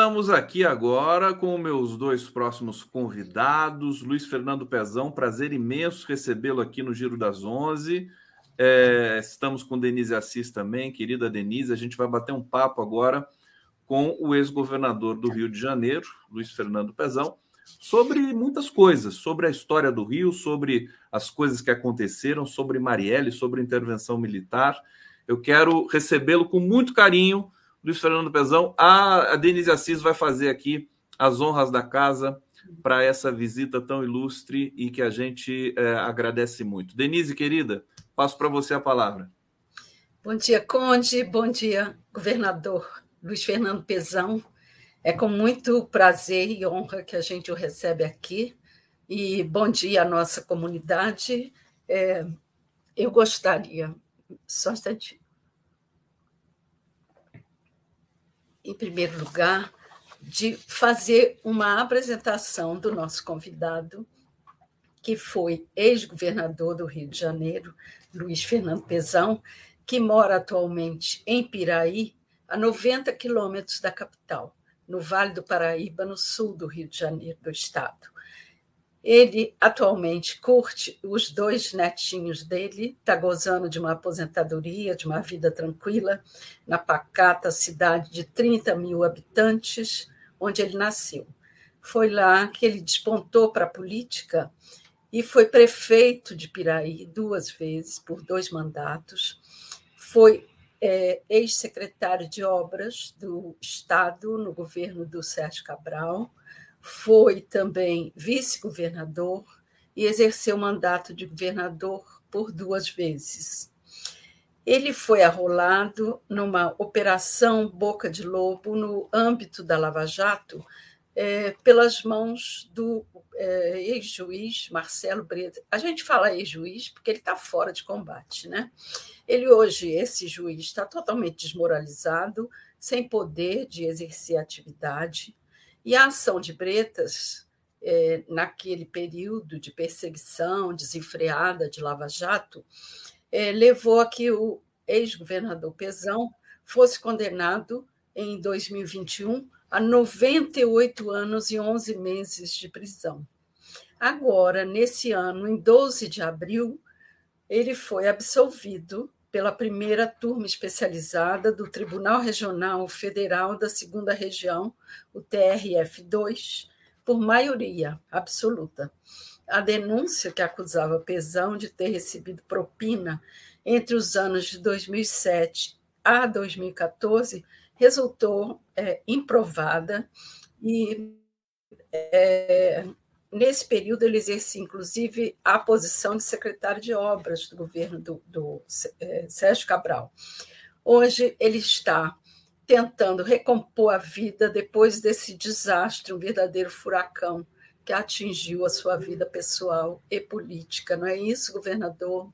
estamos aqui agora com meus dois próximos convidados, Luiz Fernando Pezão, prazer imenso recebê-lo aqui no Giro das 11. Estamos com Denise Assis também, querida Denise. A gente vai bater um papo agora com o ex-governador do Rio de Janeiro, Luiz Fernando Pezão, sobre muitas coisas, sobre a história do Rio, sobre as coisas que aconteceram, sobre Marielle, sobre a intervenção militar. Eu quero recebê-lo com muito carinho, Luiz Fernando Pezão. A Denise Assis vai fazer aqui as honras da casa para essa visita tão ilustre e que a gente agradece muito. Denise, querida, passo para você a palavra. Bom dia, Conde. Bom dia, governador Luiz Fernando Pezão. É com muito prazer e honra que a gente o recebe aqui. E bom dia à nossa comunidade. Eu gostaria, só um instantinho. Em primeiro lugar, de fazer uma apresentação do nosso convidado, que foi ex-governador do Rio de Janeiro, Luiz Fernando Pezão, que mora atualmente em Piraí, a 90 quilômetros da capital, no Vale do Paraíba, no sul do Rio de Janeiro, do estado. Ele atualmente curte os 2 netinhos dele, está gozando de uma aposentadoria, de uma vida tranquila, na pacata cidade de 30 mil habitantes, onde ele nasceu. Foi lá que ele despontou para a política e foi prefeito de Piraí 2 vezes, por 2 mandatos. Foi ex-secretário de Obras do Estado no governo do Sérgio Cabral, foi também vice-governador e exerceu o mandato de governador por 2 vezes. Ele foi arrolado numa operação Boca de Lobo no âmbito da Lava Jato pelas mãos do ex-juiz Marcelo Bretas. A gente fala ex-juiz porque ele está fora de combate, né? Ele hoje, esse juiz, está totalmente desmoralizado, sem poder de exercer atividade. E a ação de Bretas, naquele período de perseguição desenfreada de Lava Jato, levou a que o ex-governador Pezão fosse condenado em 2021 a 98 anos e 11 meses de prisão. Agora, nesse ano, em 12 de abril, ele foi absolvido pela primeira turma especializada do Tribunal Regional Federal da 2ª Região, o TRF2, por maioria absoluta. A denúncia que acusava Pezão de ter recebido propina entre os anos de 2007 a 2014 resultou improvada e nesse período, ele exercia, inclusive, a posição de secretário de obras do governo do Sérgio Cabral. Hoje, ele está tentando recompor a vida depois desse desastre, um verdadeiro furacão que atingiu a sua vida pessoal e política. Não é isso, governador?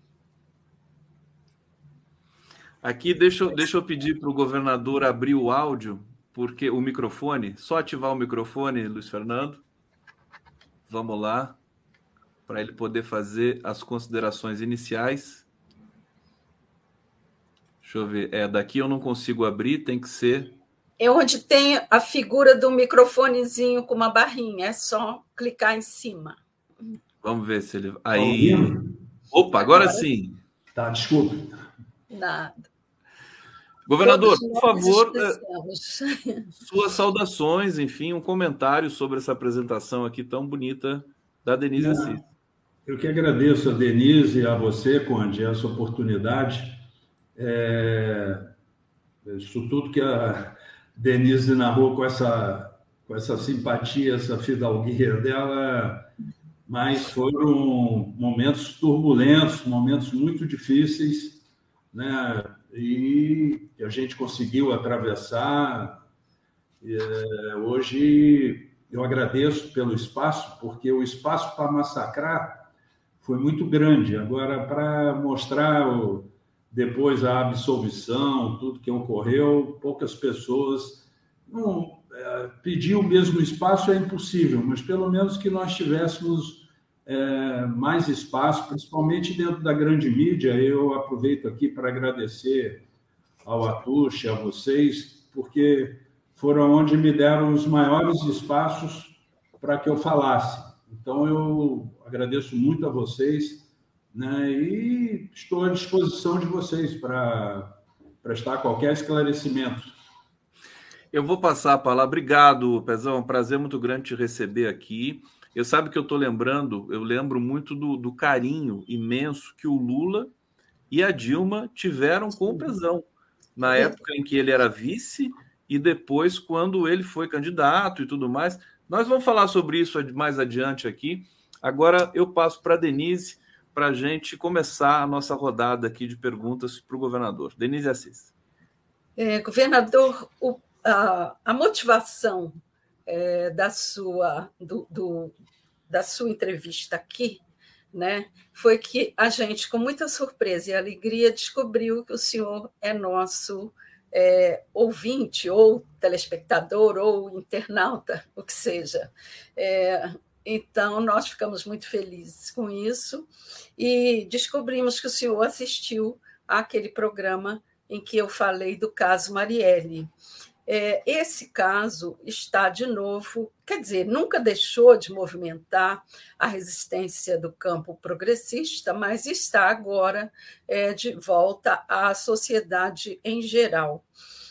Aqui, deixa eu pedir para o governador abrir o áudio, porque o microfone, só ativar o microfone, Luiz Fernando. Vamos lá, para ele poder fazer as considerações iniciais. Deixa eu ver. Daqui eu não consigo abrir, tem que ser... É onde tem a figura do microfonezinho com uma barrinha, é só clicar em cima. Vamos ver se ele... Aí... Opa, agora sim. Tá, desculpa. Nada. Governador, por favor, suas saudações, enfim, um comentário sobre essa apresentação aqui tão bonita da Denise Assis. Eu que agradeço a Denise e a você, Conde, essa oportunidade. Isso tudo que a Denise narrou com essa simpatia, essa fidalguia dela, mas foram momentos turbulentos, momentos muito difíceis, né? E a gente conseguiu atravessar. Hoje eu agradeço pelo espaço, porque o espaço para massacrar foi muito grande. Agora, para mostrar depois a absolvição, tudo que ocorreu, poucas pessoas não pedir o mesmo espaço é impossível, mas pelo menos que nós tivéssemos mais espaço, principalmente dentro da grande mídia. Eu aproveito aqui para agradecer ao Atush, a vocês, porque foram onde me deram os maiores espaços para que eu falasse. Então, eu agradeço muito a vocês, né, e estou à disposição de vocês para prestar qualquer esclarecimento. Eu vou passar a palavra. Obrigado, Pezão. É um prazer muito grande te receber aqui. Eu sabe que eu lembro muito do carinho imenso que o Lula e a Dilma tiveram com o Pezão, na época em que ele era vice e depois quando ele foi candidato e tudo mais. Nós vamos falar sobre isso mais adiante aqui. Agora eu passo para a Denise para a gente começar a nossa rodada aqui de perguntas para o governador. Denise Assis. Governador, a motivação da sua entrevista aqui, né, foi que a gente, com muita surpresa e alegria, descobriu que o senhor é nosso ouvinte, ou telespectador, ou internauta, o que seja. Então, nós ficamos muito felizes com isso e descobrimos que o senhor assistiu àquele programa em que eu falei do caso Marielle. Esse caso está de novo, quer dizer, nunca deixou de movimentar a resistência do campo progressista, mas está agora de volta à sociedade em geral.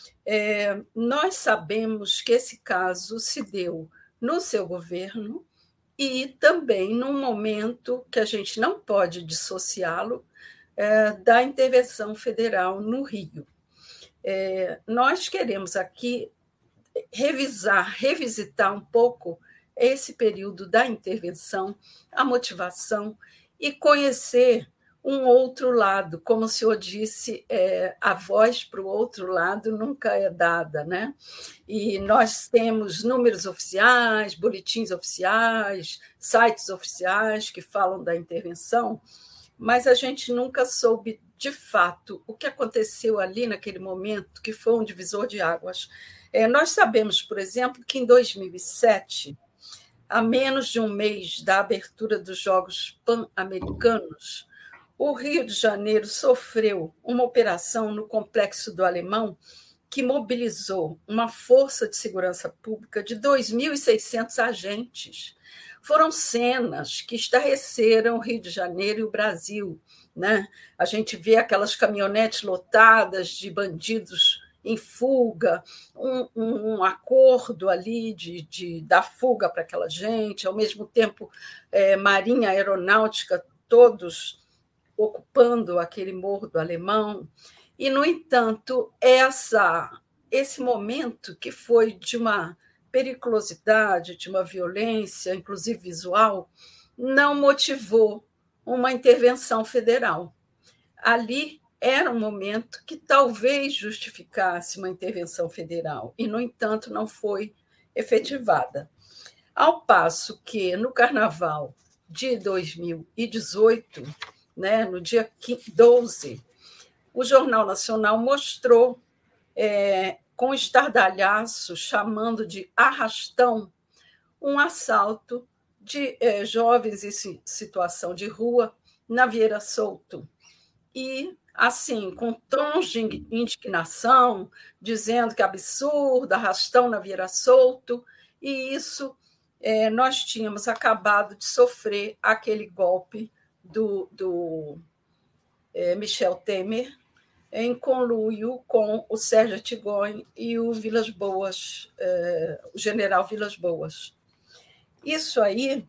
Nós sabemos que esse caso se deu no seu governo e também num momento que a gente não pode dissociá-lo da intervenção federal no Rio. Nós queremos aqui revisitar um pouco esse período da intervenção, a motivação e conhecer um outro lado. Como o senhor disse, a voz para o outro lado nunca é dada, né? E nós temos números oficiais, boletins oficiais, sites oficiais que falam da intervenção, mas a gente nunca soube, de fato, o que aconteceu ali naquele momento, que foi um divisor de águas. Nós sabemos, por exemplo, que em 2007, a menos de um mês da abertura dos Jogos Pan-Americanos, o Rio de Janeiro sofreu uma operação no Complexo do Alemão que mobilizou uma força de segurança pública de 2.600 agentes. Foram cenas que estarreceram o Rio de Janeiro e o Brasil, né? A gente vê aquelas caminhonetes lotadas de bandidos em fuga, um acordo ali de dar fuga para aquela gente, ao mesmo tempo Marinha, Aeronáutica, todos ocupando aquele Morro do Alemão. E, no entanto, esse momento que foi de uma periculosidade, de uma violência, inclusive visual, não motivou uma intervenção federal. Ali era um momento que talvez justificasse uma intervenção federal, e, no entanto, não foi efetivada. Ao passo que, no Carnaval de 2018, né, no dia 12, o Jornal Nacional mostrou com estardalhaço, chamando de arrastão, um assalto de jovens em situação de rua na Vieira Solto. E, assim, com tons de indignação, dizendo que absurdo, arrastão na Vieira Solto, e isso nós tínhamos acabado de sofrer aquele golpe do Michel Temer, em conluio com o Sérgio Artigonho e o Vilas Boas, o general Vilas Boas. Isso aí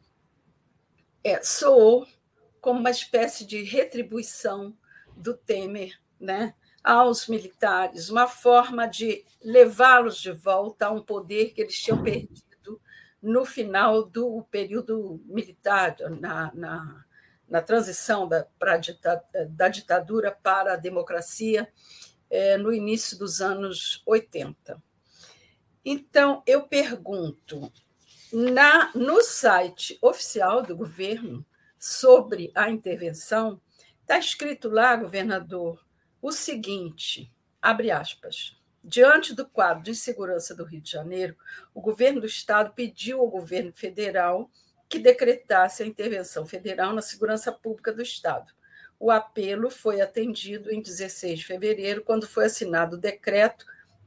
soou como uma espécie de retribuição do Temer, né, aos militares, uma forma de levá-los de volta a um poder que eles tinham perdido no final do período militar, na transição da ditadura para a democracia, no início dos anos 80. Então, eu pergunto, no site oficial do governo sobre a intervenção, está escrito lá, governador, o seguinte, abre aspas, diante do quadro de insegurança do Rio de Janeiro, o governo do Estado pediu ao governo federal que decretasse a intervenção federal na segurança pública do Estado. O apelo foi atendido em 16 de fevereiro, quando foi assinado o decreto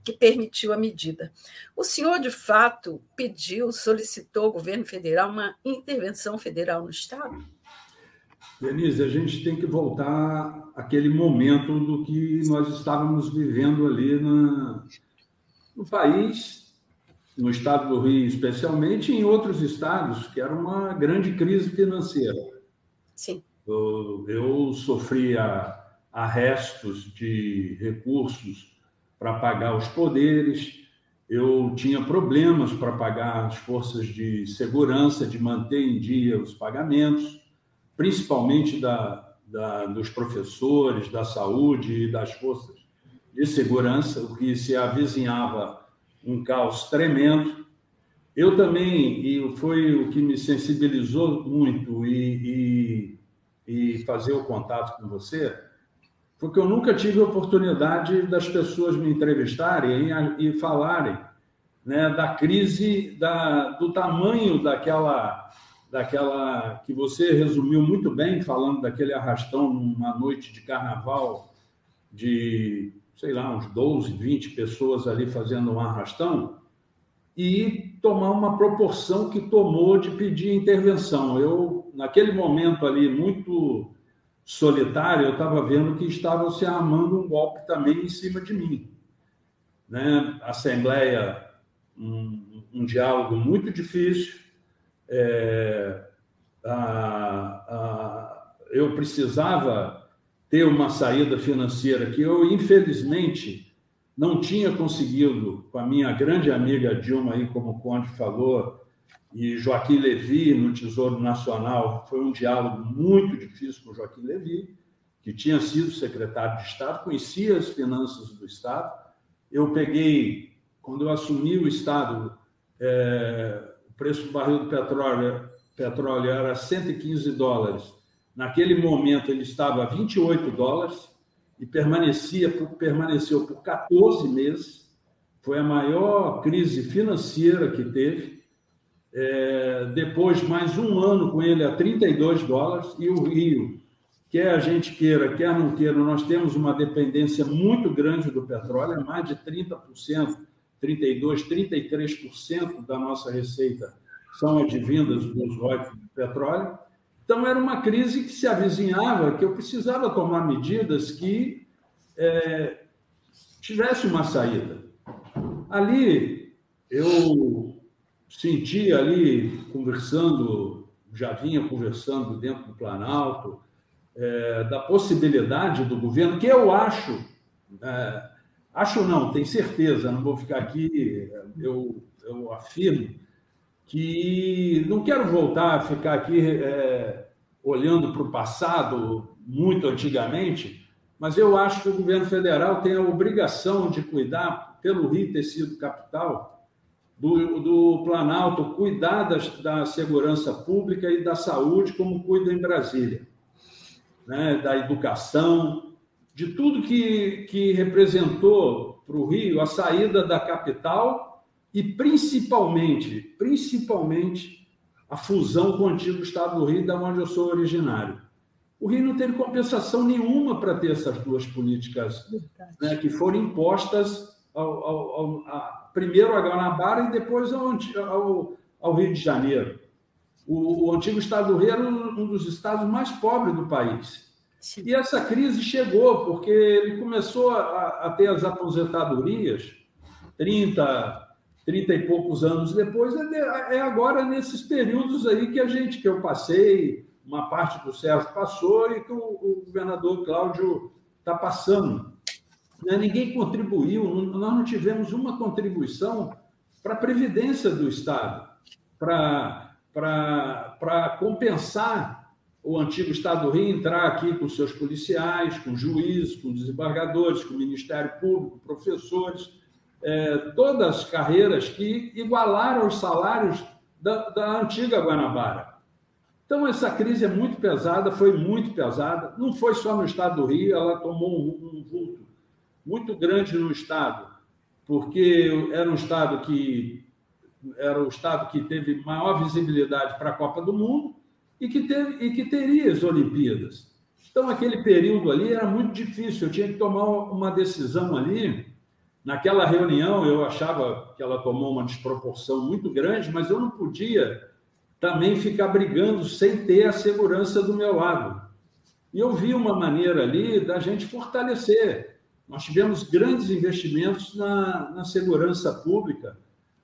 que permitiu a medida. O senhor, de fato, solicitou ao governo federal uma intervenção federal no Estado? Denise, a gente tem que voltar àquele momento do que nós estávamos vivendo ali no país, no estado do Rio especialmente, e em outros estados, que era uma grande crise financeira. Sim. Eu sofria arrestos de recursos para pagar os poderes, eu tinha problemas para pagar as forças de segurança, de manter em dia os pagamentos, principalmente dos professores, da saúde e das forças de segurança, o que se avizinhava um caos tremendo. Eu também, e foi o que me sensibilizou muito e fazer o contato com você, porque eu nunca tive a oportunidade das pessoas me entrevistarem e falarem, né, da crise, do tamanho daquela que você resumiu muito bem, falando daquele arrastão numa noite de carnaval de, sei lá, uns 12, 20 pessoas ali fazendo um arrastão, e tomar uma proporção que tomou de pedir intervenção. Eu, naquele momento ali, muito solitário, eu estava vendo que estavam se armando um golpe também em cima de mim. Né? Assembleia, um diálogo muito difícil. Eu precisava ter uma saída financeira que eu, infelizmente, não tinha conseguido com a minha grande amiga Dilma, aí, como o Conde falou, e Joaquim Levy, no Tesouro Nacional. Foi um diálogo muito difícil com o Joaquim Levy, que tinha sido secretário de Estado, conhecia as finanças do Estado. Eu peguei, quando eu assumi o Estado, o preço do barril do petróleo era $115. Naquele momento, ele estava a $28 e permaneceu por 14 meses. Foi a maior crise financeira que teve. Depois, mais um ano com ele a $32, e o Rio, quer a gente queira, quer não queira, nós temos uma dependência muito grande do petróleo, mais de 30%, 32%, 33% da nossa receita são advindas dos royalties do petróleo. Então, era uma crise que se avizinhava, que eu precisava tomar medidas que tivesse uma saída. Ali, eu senti ali, já vinha conversando dentro do Planalto, da possibilidade do governo, que eu acho não, tenho certeza, não vou ficar aqui, eu afirmo, que não quero voltar a ficar aqui olhando para o passado, muito antigamente, mas eu acho que o governo federal tem a obrigação de cuidar, pelo Rio ter sido capital, do Planalto, cuidar da segurança pública e da saúde, como cuida em Brasília, né? Da educação, de tudo que representou para o Rio a saída da capital e principalmente a fusão com o antigo Estado do Rio, da onde eu sou originário. O Rio não teve compensação nenhuma para ter essas duas políticas, né, que foram impostas primeiro a Guanabara e depois ao Rio de Janeiro. O antigo Estado do Rio era um dos estados mais pobres do país. Sim. E essa crise chegou porque ele começou a ter as aposentadorias 30 e poucos anos depois, agora nesses períodos aí que eu passei, uma parte que o Sérgio passou e que o governador Cláudio está passando. Ninguém contribuiu, nós não tivemos uma contribuição para a Previdência do Estado, para compensar o antigo Estado do Rio, entrar aqui com seus policiais, com juízes, com desembargadores, com o Ministério Público, professores, todas as carreiras que igualaram os salários da antiga Guanabara. Então, essa crise é muito pesada, foi muito pesada, não foi só no Estado do Rio, ela tomou um vulto muito grande no Estado, porque era o Estado que teve maior visibilidade para a Copa do Mundo e que teria as Olimpíadas. Então, aquele período ali era muito difícil, eu tinha que tomar uma decisão ali Naquela reunião, eu achava que ela tomou uma desproporção muito grande, mas eu não podia também ficar brigando sem ter a segurança do meu lado. E eu vi uma maneira ali da gente fortalecer. Nós tivemos grandes investimentos na segurança pública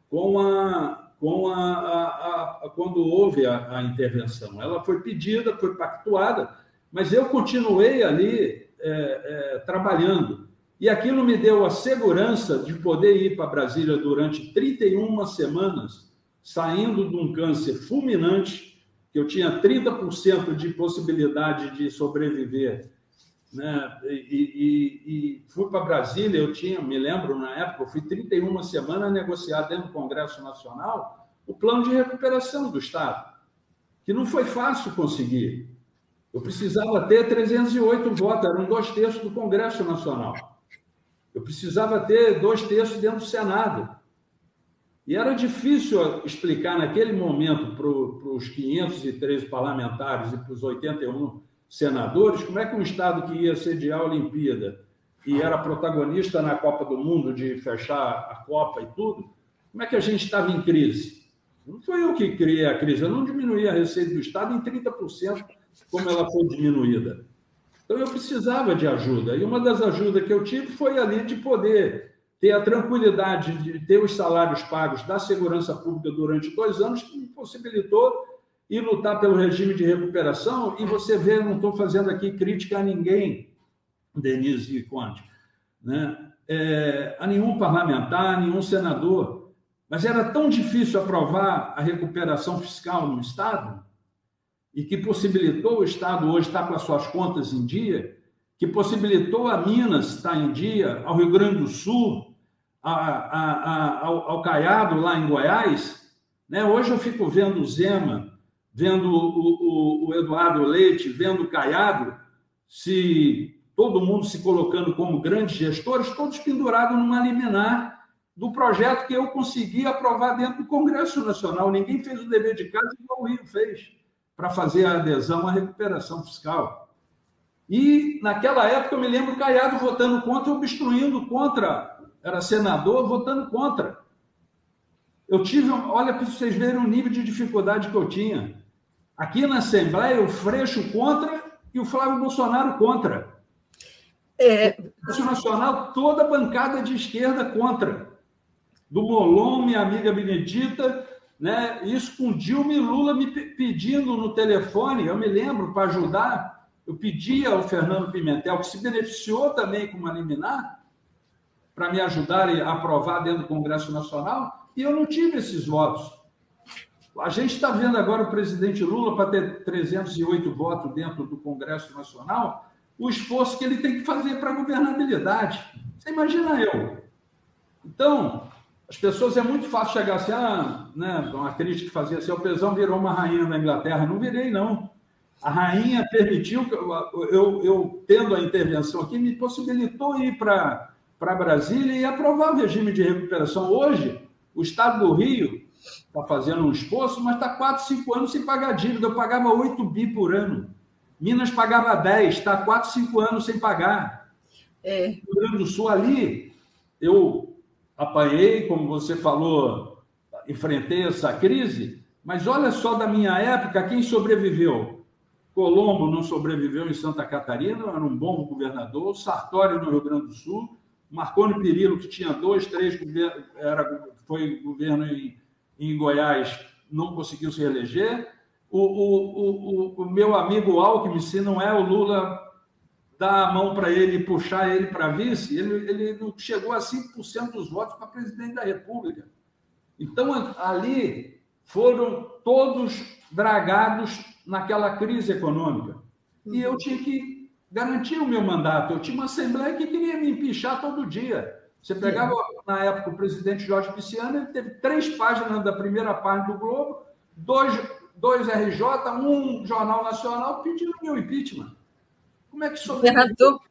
quando houve a intervenção. Ela foi pedida, foi pactuada, mas eu continuei ali trabalhando. E aquilo me deu a segurança de poder ir para Brasília durante 31 semanas, saindo de um câncer fulminante, que eu tinha 30% de possibilidade de sobreviver, né? E fui para Brasília, me lembro na época, eu fui 31 semanas negociar dentro do Congresso Nacional o plano de recuperação do Estado, que não foi fácil conseguir. Eu precisava ter 308 votos, eram 2/3 do Congresso Nacional. Eu precisava ter 2/3 dentro do Senado. E era difícil explicar naquele momento para os 513 parlamentares e para os 81 senadores como é que um Estado que ia sediar a Olimpíada e era protagonista na Copa do Mundo, de fechar a Copa e tudo, como é que a gente estava em crise? Não foi eu que criei a crise, eu não diminuí a receita do Estado em 30%, como ela foi diminuída. Então, eu precisava de ajuda. E uma das ajudas que eu tive foi ali de poder ter a tranquilidade de ter os salários pagos da segurança pública durante 2 anos, que me possibilitou ir lutar pelo regime de recuperação. E você vê, não estou fazendo aqui crítica a ninguém, Denise e Conde, né? A nenhum parlamentar, a nenhum senador. Mas era tão difícil aprovar a recuperação fiscal no Estado, e que possibilitou o Estado hoje estar com as suas contas em dia, que possibilitou a Minas estar em dia, ao Rio Grande do Sul, ao Caiado, lá em Goiás, né? Hoje eu fico vendo o Zema, vendo o Eduardo Leite, vendo o Caiado, todo mundo se colocando como grandes gestores, todos pendurados numa liminar do projeto que eu consegui aprovar dentro do Congresso Nacional. Ninguém fez o dever de casa igual o Rio fez, para fazer a adesão à recuperação fiscal. E, naquela época, eu me lembro o Caiado votando contra, obstruindo contra, era senador, votando contra. Eu tive, olha para vocês verem o nível de dificuldade que eu tinha. Aqui na Assembleia, o Freixo contra e o Flávio Bolsonaro contra. O Congresso Nacional, toda a bancada de esquerda contra. Do Molon, minha amiga Benedita, né? Isso com Dilma e Lula me pedindo no telefone, eu me lembro, para ajudar, eu pedia ao Fernando Pimentel, que se beneficiou também com uma liminar, para me ajudar a aprovar dentro do Congresso Nacional, e eu não tive esses votos. A gente está vendo agora o presidente Lula, para ter 308 votos dentro do Congresso Nacional, o esforço que ele tem que fazer para a governabilidade. Você imagina eu. Então, as pessoas, é muito fácil chegar assim, né, uma crítica que fazia assim, o Pezão virou uma rainha da Inglaterra. Não virei, não. A rainha permitiu, eu tendo a intervenção aqui, me possibilitou ir para Brasília e aprovar o regime de recuperação. Hoje, o Estado do Rio está fazendo um esforço, mas está 4, 5 anos sem pagar dívida. Eu pagava 8 bi por ano. Minas pagava 10, está 4, 5 anos sem pagar. No Rio Grande do Sul, ali, eu apanhei, como você falou, enfrentei essa crise, mas olha só, da minha época, quem sobreviveu? Colombo não sobreviveu em Santa Catarina, era um bom governador, Sartori no Rio Grande do Sul, Marconi Perillo, que tinha 2, 3 governos, foi governo em Goiás, não conseguiu se reeleger. O meu amigo Alckmin, se não é o Lula dar a mão para ele e puxar ele para vice, ele não chegou a 5% dos votos para presidente da República. Então, ali foram todos dragados naquela crise econômica. E eu tinha que garantir o meu mandato. Eu tinha uma Assembleia que queria me empichar todo dia. Você pegava, na época, o presidente Jorge Pisciano, ele teve 3 páginas da primeira página do Globo, 2 RJ, 1 Jornal Nacional pedindo meu impeachment. Como é que isso... Governador,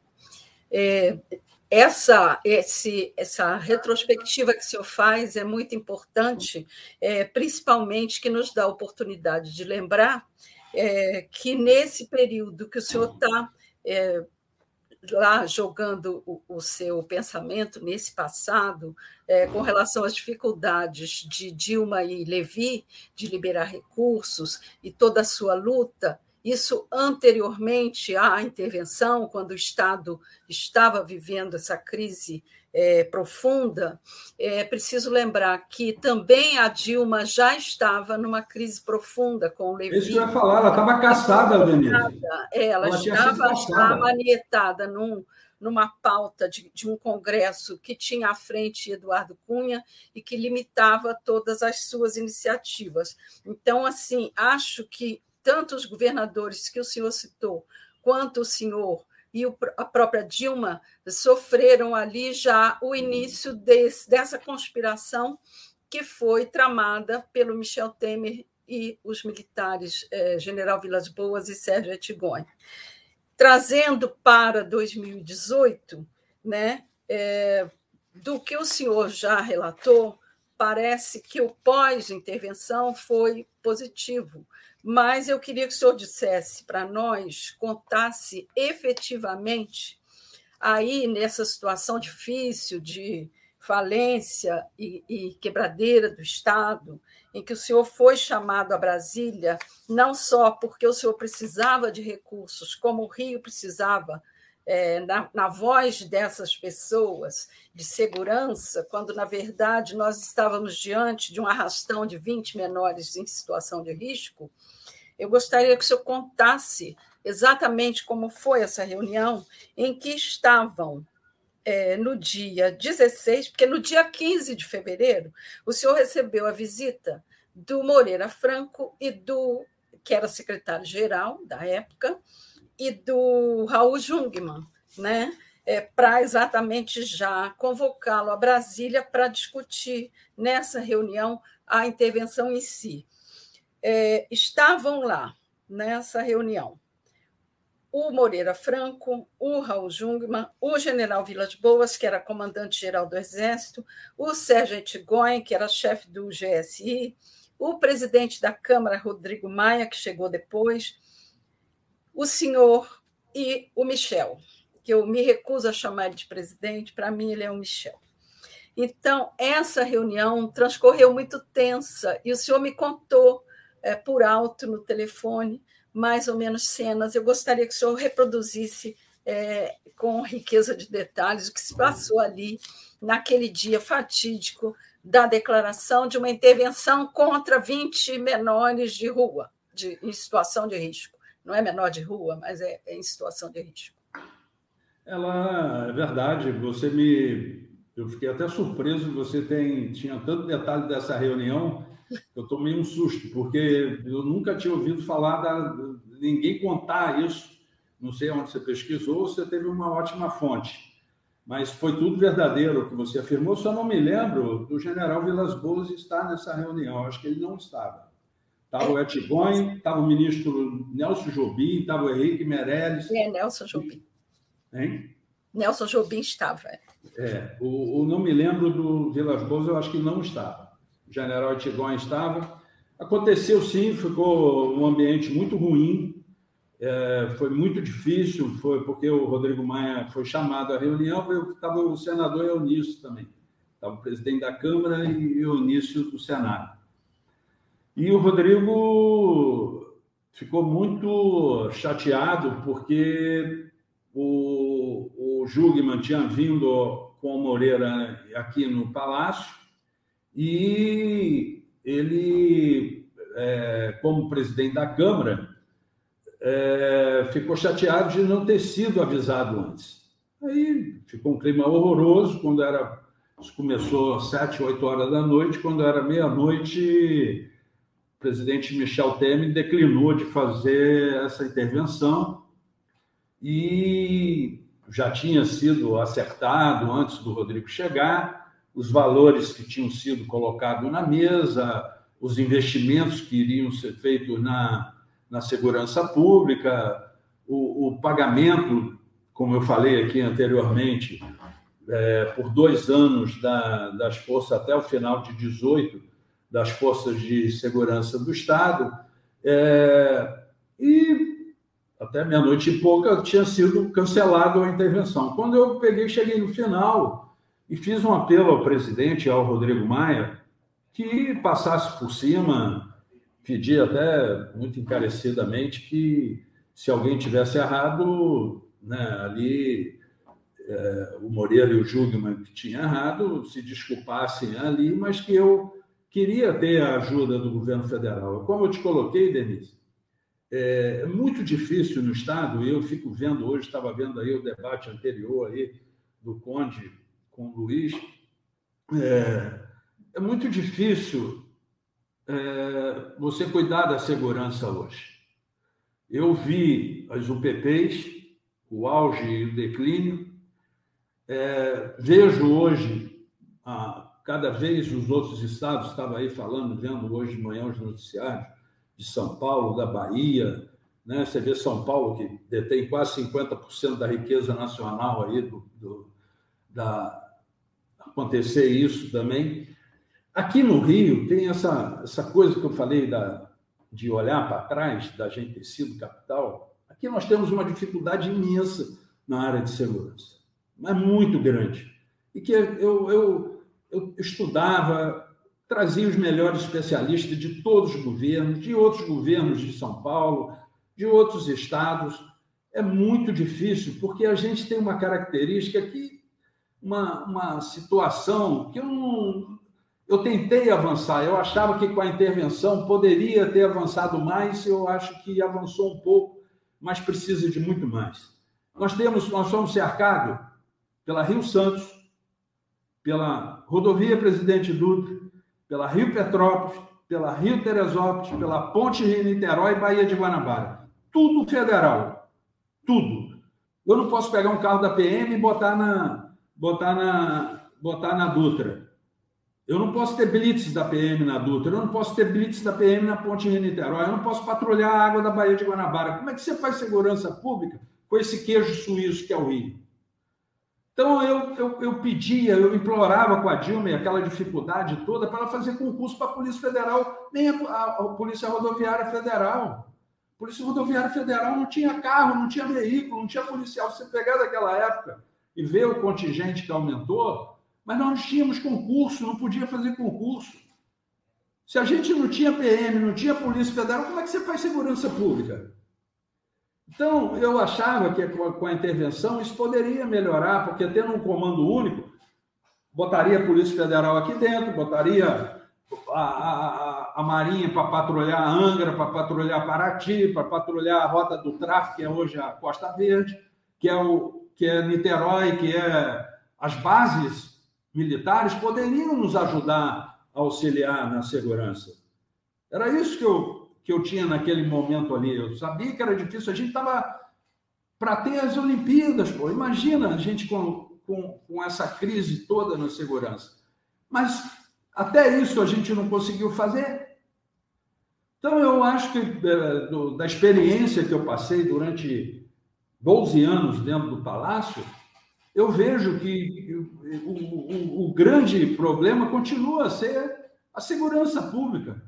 essa retrospectiva que o senhor faz é muito importante, principalmente que nos dá a oportunidade de lembrar que nesse período que o senhor está lá jogando o seu pensamento nesse passado, com relação às dificuldades de Dilma e Levi de liberar recursos e toda a sua luta, isso anteriormente à intervenção, quando o Estado estava vivendo essa crise profunda. É preciso lembrar que também a Dilma já estava numa crise profunda com o Levi. Isso que eu ia falar, ela estava caçada, Denise. Ela estava já manietada numa pauta de um congresso que tinha à frente Eduardo Cunha e que limitava todas as suas iniciativas. Então, assim, acho que tanto os governadores que o senhor citou, quanto o senhor e a própria Dilma sofreram ali já o início dessa conspiração que foi tramada pelo Michel Temer e os militares, General Vilas Boas e Sérgio Ettigone. Trazendo para 2018, né, do que o senhor já relatou, parece que o pós-intervenção foi positivo, mas eu queria que o senhor dissesse para nós, contasse efetivamente, aí nessa situação difícil de falência e quebradeira do Estado, em que o senhor foi chamado a Brasília, não só porque o senhor precisava de recursos, como o Rio precisava, na voz dessas pessoas, de segurança, quando, na verdade, nós estávamos diante de um arrastão de 20 menores em situação de risco. Eu gostaria que o senhor contasse exatamente como foi essa reunião, em que estavam, no dia 16, porque no dia 15 de fevereiro, o senhor recebeu a visita do Moreira Franco, que era secretário-geral da época, e do Raul Jungmann, né, para exatamente já convocá-lo a Brasília para discutir nessa reunião a intervenção em si. Estavam lá, nessa reunião, o Moreira Franco, o Raul Jungmann, o general Vilas Boas, que era comandante-geral do Exército, o Sérgio Ettigone, que era chefe do GSI, o presidente da Câmara, Rodrigo Maia, que chegou depois, o senhor e o Michel, que eu me recuso a chamar de presidente, para mim ele é o Michel. Então, essa reunião transcorreu muito tensa, e o senhor me contou por alto no telefone, mais ou menos cenas. Eu gostaria que o senhor reproduzisse com riqueza de detalhes o que se passou ali naquele dia fatídico da declaração de uma intervenção contra 20 menores de rua, em situação de risco. Não é menor de rua, mas é em situação de risco. É verdade, eu fiquei até surpreso, você tinha tanto detalhe dessa reunião, eu tomei um susto, porque eu nunca tinha ouvido falar ninguém contar isso. Não sei onde você pesquisou, você teve uma ótima fonte, mas foi tudo verdadeiro o que você afirmou. Só não me lembro do general Vilas Boas estar nessa reunião, acho que ele não estava. Estava o Ettigone, estava o ministro Nelson Jobim, estava o Henrique Meirelles. Nelson Jobim. Hein? Nelson Jobim estava. Não me lembro do Vilas Boas, eu acho que não estava. O general Ettigone estava. Aconteceu sim, ficou um ambiente muito ruim, foi muito difícil, foi porque o Rodrigo Maia foi chamado à reunião, estava o senador Eunício também, estava o presidente da Câmara e o Eunício do Senado. E o Rodrigo ficou muito chateado porque o Jungmann tinha vindo com o Moreira aqui no Palácio e ele, como presidente da Câmara, ficou chateado de não ter sido avisado antes. Aí ficou um clima horroroso quando começou às 7, 8 horas da noite, quando era meia-noite, o presidente Michel Temer declinou de fazer essa intervenção e já tinha sido acertado antes do Rodrigo chegar, os valores que tinham sido colocados na mesa, os investimentos que iriam ser feitos na segurança pública, o pagamento, como eu falei aqui anteriormente, por 2 anos das forças até o final de 18, das forças de segurança do Estado, e até meia-noite e pouca, tinha sido cancelado a intervenção. Quando eu cheguei no final e fiz um apelo ao presidente, ao Rodrigo Maia, que passasse por cima, pedi até muito encarecidamente que, se alguém tivesse errado, né, ali, o Moreira e o Jungmann que tinham errado, se desculpassem ali, mas que eu queria ter a ajuda do governo federal. Como eu te coloquei, Denise, é muito difícil no Estado, e eu fico vendo hoje, estava vendo aí o debate anterior aí do Conde com o Luiz, é muito difícil você cuidar da segurança hoje. Eu vi as UPPs, o auge e o declínio, vejo hoje, cada vez os outros estados, estava aí falando, vendo hoje de manhã os noticiários, de São Paulo, da Bahia, né? Você vê São Paulo, que detém quase 50% da riqueza nacional aí, acontecer isso também. Aqui no Rio tem essa coisa que eu falei de olhar para trás, da gente ter sido capital. Aqui nós temos uma dificuldade imensa na área de segurança, mas muito grande. E que eu estudava, trazia os melhores especialistas de todos os governos, de outros governos de São Paulo, de outros estados. É muito difícil, porque a gente tem uma característica aqui, uma situação que eu tentei avançar. Eu achava que com a intervenção poderia ter avançado mais, eu acho que avançou um pouco, mas precisa de muito mais. Nós somos cercados pela Rio Santos, pela rodovia Presidente Dutra, pela Rio Petrópolis, pela Rio Teresópolis, pela Ponte Rio-Niterói e Baía de Guanabara. Tudo federal. Tudo. Eu não posso pegar um carro da PM e botar na Dutra. Eu não posso ter blitz da PM na Dutra. Eu não posso ter blitz da PM na Ponte Rio-Niterói. Eu não posso patrulhar a água da Baía de Guanabara. Como é que você faz segurança pública com esse queijo suíço que é o Rio? Então, eu pedia, eu implorava com a Dilma aquela dificuldade toda para ela fazer concurso para a Polícia Federal, nem a Polícia Rodoviária Federal. A Polícia Rodoviária Federal não tinha carro, não tinha veículo, não tinha policial. Você pegar daquela época e ver o contingente que aumentou, mas nós não tínhamos concurso, não podia fazer concurso. Se a gente não tinha PM, não tinha Polícia Federal, como é que você faz segurança pública? Então, eu achava que com a intervenção isso poderia melhorar, porque tendo um comando único, botaria a Polícia Federal aqui dentro, botaria a Marinha para patrulhar a Angra, para patrulhar Paraty, para patrulhar a rota do tráfico, que é hoje a Costa Verde, que é Niterói, que é as bases militares, poderiam nos ajudar a auxiliar na segurança. Era isso que eu tinha naquele momento ali. Eu sabia que era difícil. A gente estava para ter as Olimpíadas, pô. Imagina a gente com essa crise toda na segurança. Mas até isso a gente não conseguiu fazer. Então, eu acho que da experiência que eu passei durante 12 anos dentro do Palácio, eu vejo que o grande problema continua a ser a segurança pública.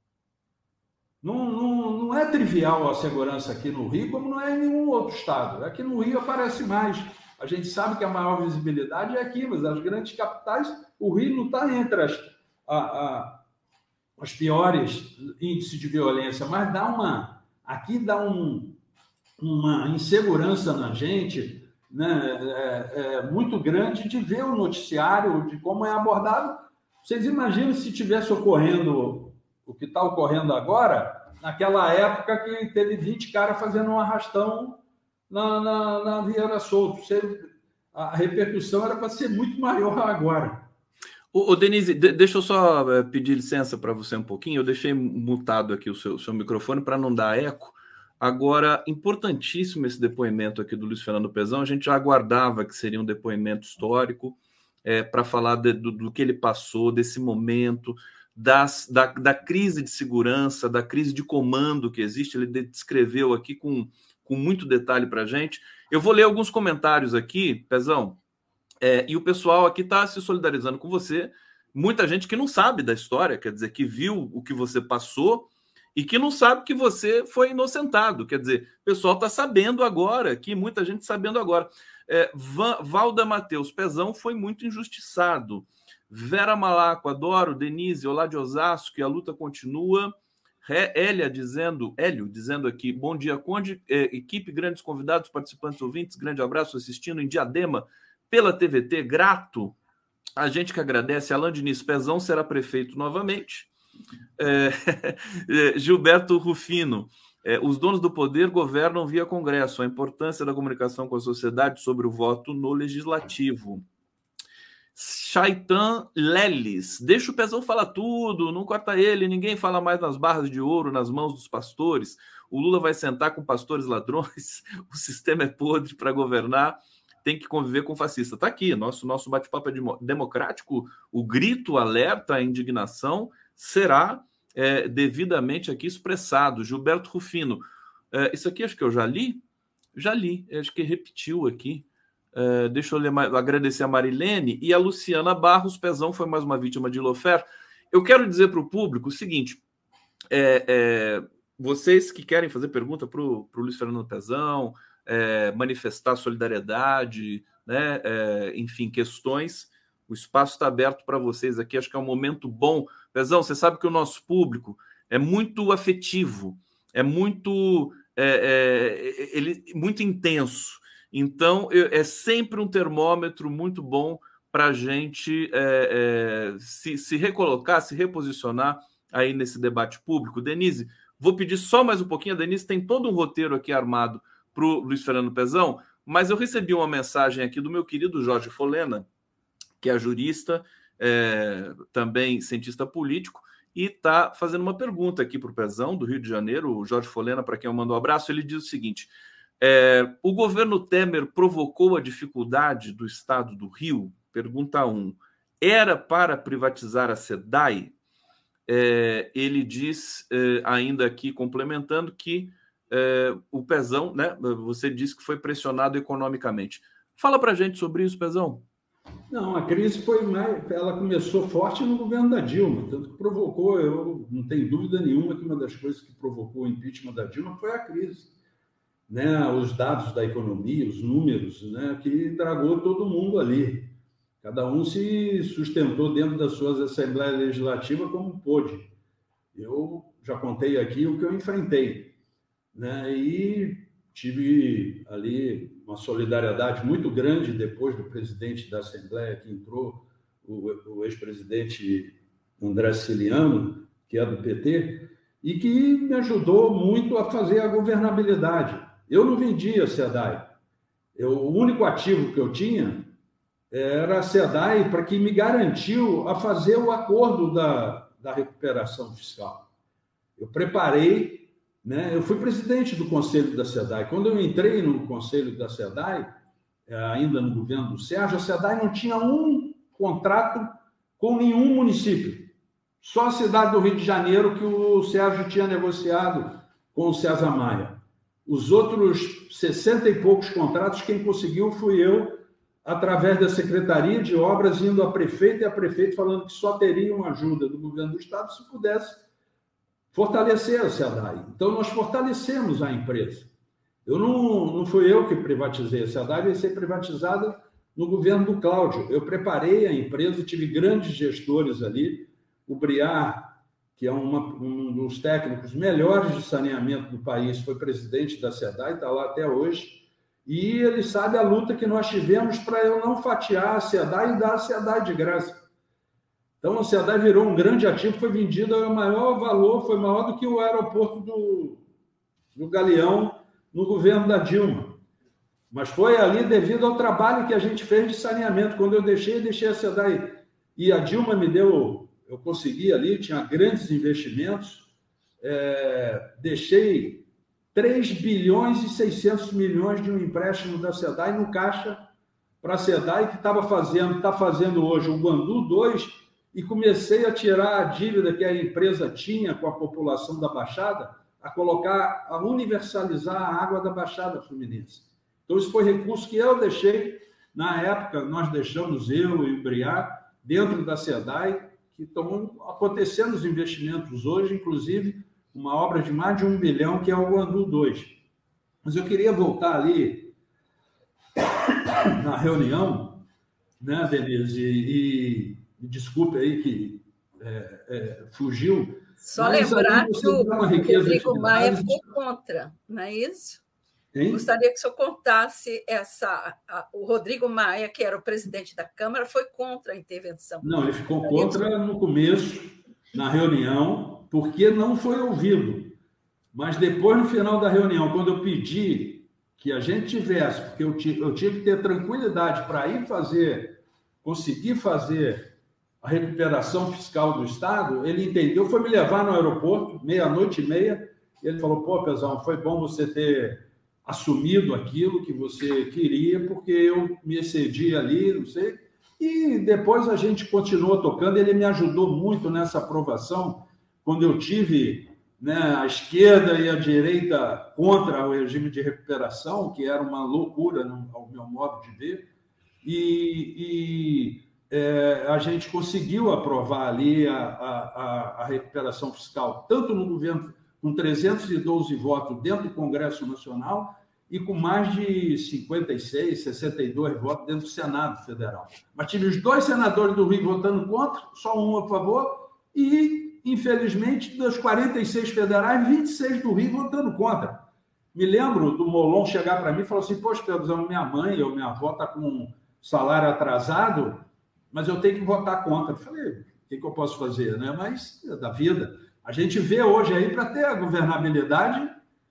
Não é trivial a segurança aqui no Rio, como não é em nenhum outro estado. Aqui no Rio aparece mais. A gente sabe que a maior visibilidade é aqui, mas as grandes capitais, o Rio não está entre as piores índices de violência, mas aqui dá uma insegurança na gente, né, muito grande de ver o noticiário, de como é abordado. Vocês imaginam se tivesse ocorrendo o que está ocorrendo agora, naquela época que teve 20 caras fazendo um arrastão na Vieira Solto. A repercussão era para ser muito maior agora. Denise, deixa eu só pedir licença para você um pouquinho. Eu deixei mutado aqui o seu microfone para não dar eco. Agora, importantíssimo esse depoimento aqui do Luiz Fernando Pezão. A gente já aguardava que seria um depoimento histórico para falar do que ele passou, desse momento, da crise de segurança, da crise de comando que existe. Ele descreveu aqui com muito detalhe para a gente. Eu vou ler alguns comentários aqui, Pezão, e o pessoal aqui está se solidarizando com você. Muita gente que não sabe da história, quer dizer, que viu o que você passou e que não sabe que você foi inocentado. Quer dizer, o pessoal está sabendo agora, aqui muita gente sabendo agora. Valda Matheus, Pezão foi muito injustiçado. Vera Malaco, adoro. Denise, olá de Osasco, e a luta continua. Hélio dizendo aqui, bom dia, Conde, equipe, grandes convidados, participantes, ouvintes, grande abraço, assistindo em Diadema pela TVT, grato. A gente que agradece. Alain Diniz, Pezão será prefeito novamente. Gilberto Rufino, os donos do poder governam via Congresso. A importância da comunicação com a sociedade sobre o voto no Legislativo. Chaitan Leles, deixa o Pezão falar tudo, não corta ele, ninguém fala mais nas barras de ouro, nas mãos dos pastores. O Lula vai sentar com pastores ladrões, o sistema é podre para governar, tem que conviver com fascista. Está aqui, nosso bate-papo é democrático, o grito, alerta, a indignação será devidamente aqui expressado. Gilberto Rufino, isso aqui acho que eu já li, acho que repetiu aqui. Deixa eu ler mais, agradecer a Marilene e a Luciana Barros. Pezão foi mais uma vítima de Lofer. Eu quero dizer para o público o seguinte: vocês que querem fazer pergunta para o Luiz Fernando Pezão, manifestar solidariedade, né, enfim, questões, o espaço está aberto para vocês aqui. Acho que é um momento bom. Pezão, você sabe que o nosso público é muito afetivo, é muito, muito intenso. Então, é sempre um termômetro muito bom para a gente se recolocar, se reposicionar aí nesse debate público. Denise, vou pedir só mais um pouquinho. A Denise tem todo um roteiro aqui armado para o Luiz Fernando Pezão, mas eu recebi uma mensagem aqui do meu querido Jorge Folena, que é jurista, também cientista político, e está fazendo uma pergunta aqui para o Pezão, do Rio de Janeiro. O Jorge Folena, para quem eu mando um abraço, ele diz o seguinte: o governo Temer provocou a dificuldade do estado do Rio? Pergunta 1. Era para privatizar a SEDAI? Ele diz, ainda aqui complementando, que o Pezão, né, você disse que foi pressionado economicamente. Fala para a gente sobre isso, Pezão. Não, a crise ela começou forte no governo da Dilma, tanto que provocou, eu não tenho dúvida nenhuma que uma das coisas que provocou o impeachment da Dilma foi a crise. Né, os dados da economia, os números, né, que dragou todo mundo ali. Cada um se sustentou dentro das suas assembleias legislativas como pôde. Eu já contei aqui o que eu enfrentei, né, e tive ali uma solidariedade muito grande depois do presidente da Assembleia que entrou, o ex-presidente André Siciliano, que é do PT, e que me ajudou muito a fazer a governabilidade. Eu não vendia a SEDAI. O único ativo que eu tinha era a SEDAI, para que me garantiu a fazer o acordo da recuperação fiscal. Eu preparei, né? Eu fui presidente do conselho da SEDAI. Quando eu entrei no conselho da SEDAI, ainda no governo do Sérgio, a SEDAI não tinha um contrato com nenhum município. Só a cidade do Rio de Janeiro que o Sérgio tinha negociado com o César Maia. Os outros 60 e poucos contratos, quem conseguiu fui eu, através da Secretaria de Obras, indo a prefeito e a prefeito falando que só teriam ajuda do governo do Estado se pudesse fortalecer a SEDAI. Então, nós fortalecemos a empresa. Não fui eu que privatizei a SEDAI, vai ser privatizada no governo do Cláudio. Eu preparei a empresa, tive grandes gestores ali, o Briar, que é um dos técnicos melhores de saneamento do país, foi presidente da SEDAI, está lá até hoje, e ele sabe a luta que nós tivemos para eu não fatiar a SEDAI e dar a SEDAI de graça. Então, a SEDAI virou um grande ativo, foi vendida a maior valor, foi maior do que o aeroporto do Galeão no governo da Dilma. Mas foi ali devido ao trabalho que a gente fez de saneamento. Quando eu deixei a SEDAI e a Dilma me deu... Eu consegui ali, tinha grandes investimentos, deixei 3 bilhões e 600 milhões de um empréstimo da SEDAI no caixa para a SEDAI, que está fazendo hoje o Guandu 2, e comecei a tirar a dívida que a empresa tinha com a população da Baixada, a universalizar a água da Baixada Fluminense. Então, isso foi recurso que eu deixei, na época, nós deixamos, eu e o Briar, dentro da SEDAI, que estão acontecendo os investimentos hoje, inclusive uma obra de mais de 1 bilhão, que é o Guandu 2. Mas eu queria voltar ali na reunião, né, Denise, e desculpe aí que fugiu. Só lembrar que o Rodrigo Maia ficou de... contra, não é isso? Hein? Gostaria que o senhor contasse o Rodrigo Maia, que era o presidente da Câmara, foi contra a intervenção. Não, ele ficou contra no começo, na reunião, porque não foi ouvido. Mas depois, no final da reunião, quando eu pedi que a gente tivesse, porque eu tinha que ter tranquilidade para ir conseguir fazer a recuperação fiscal do Estado, ele entendeu, foi me levar no aeroporto, 00:30, e ele falou, pô, Pezão, foi bom você ter assumido aquilo que você queria, porque eu me excedi ali, não sei, e depois a gente continuou tocando, ele me ajudou muito nessa aprovação, quando eu tive, né, a esquerda e a direita contra o regime de recuperação, que era uma loucura, ao meu modo de ver, a gente conseguiu aprovar ali a recuperação fiscal, tanto no governo, com 312 votos dentro do Congresso Nacional e com mais de 56, 62 votos dentro do Senado Federal. Mas tive os 2 senadores do Rio votando contra, só um a favor, e, infelizmente, dos 46 federais, 26 do Rio votando contra. Me lembro do Molon chegar para mim e falar assim, poxa, Pedro, minha mãe ou minha avó está com salário atrasado, mas eu tenho que votar contra. Eu falei, o que eu posso fazer, né? Mas é da vida. A gente vê hoje aí, para ter a governabilidade,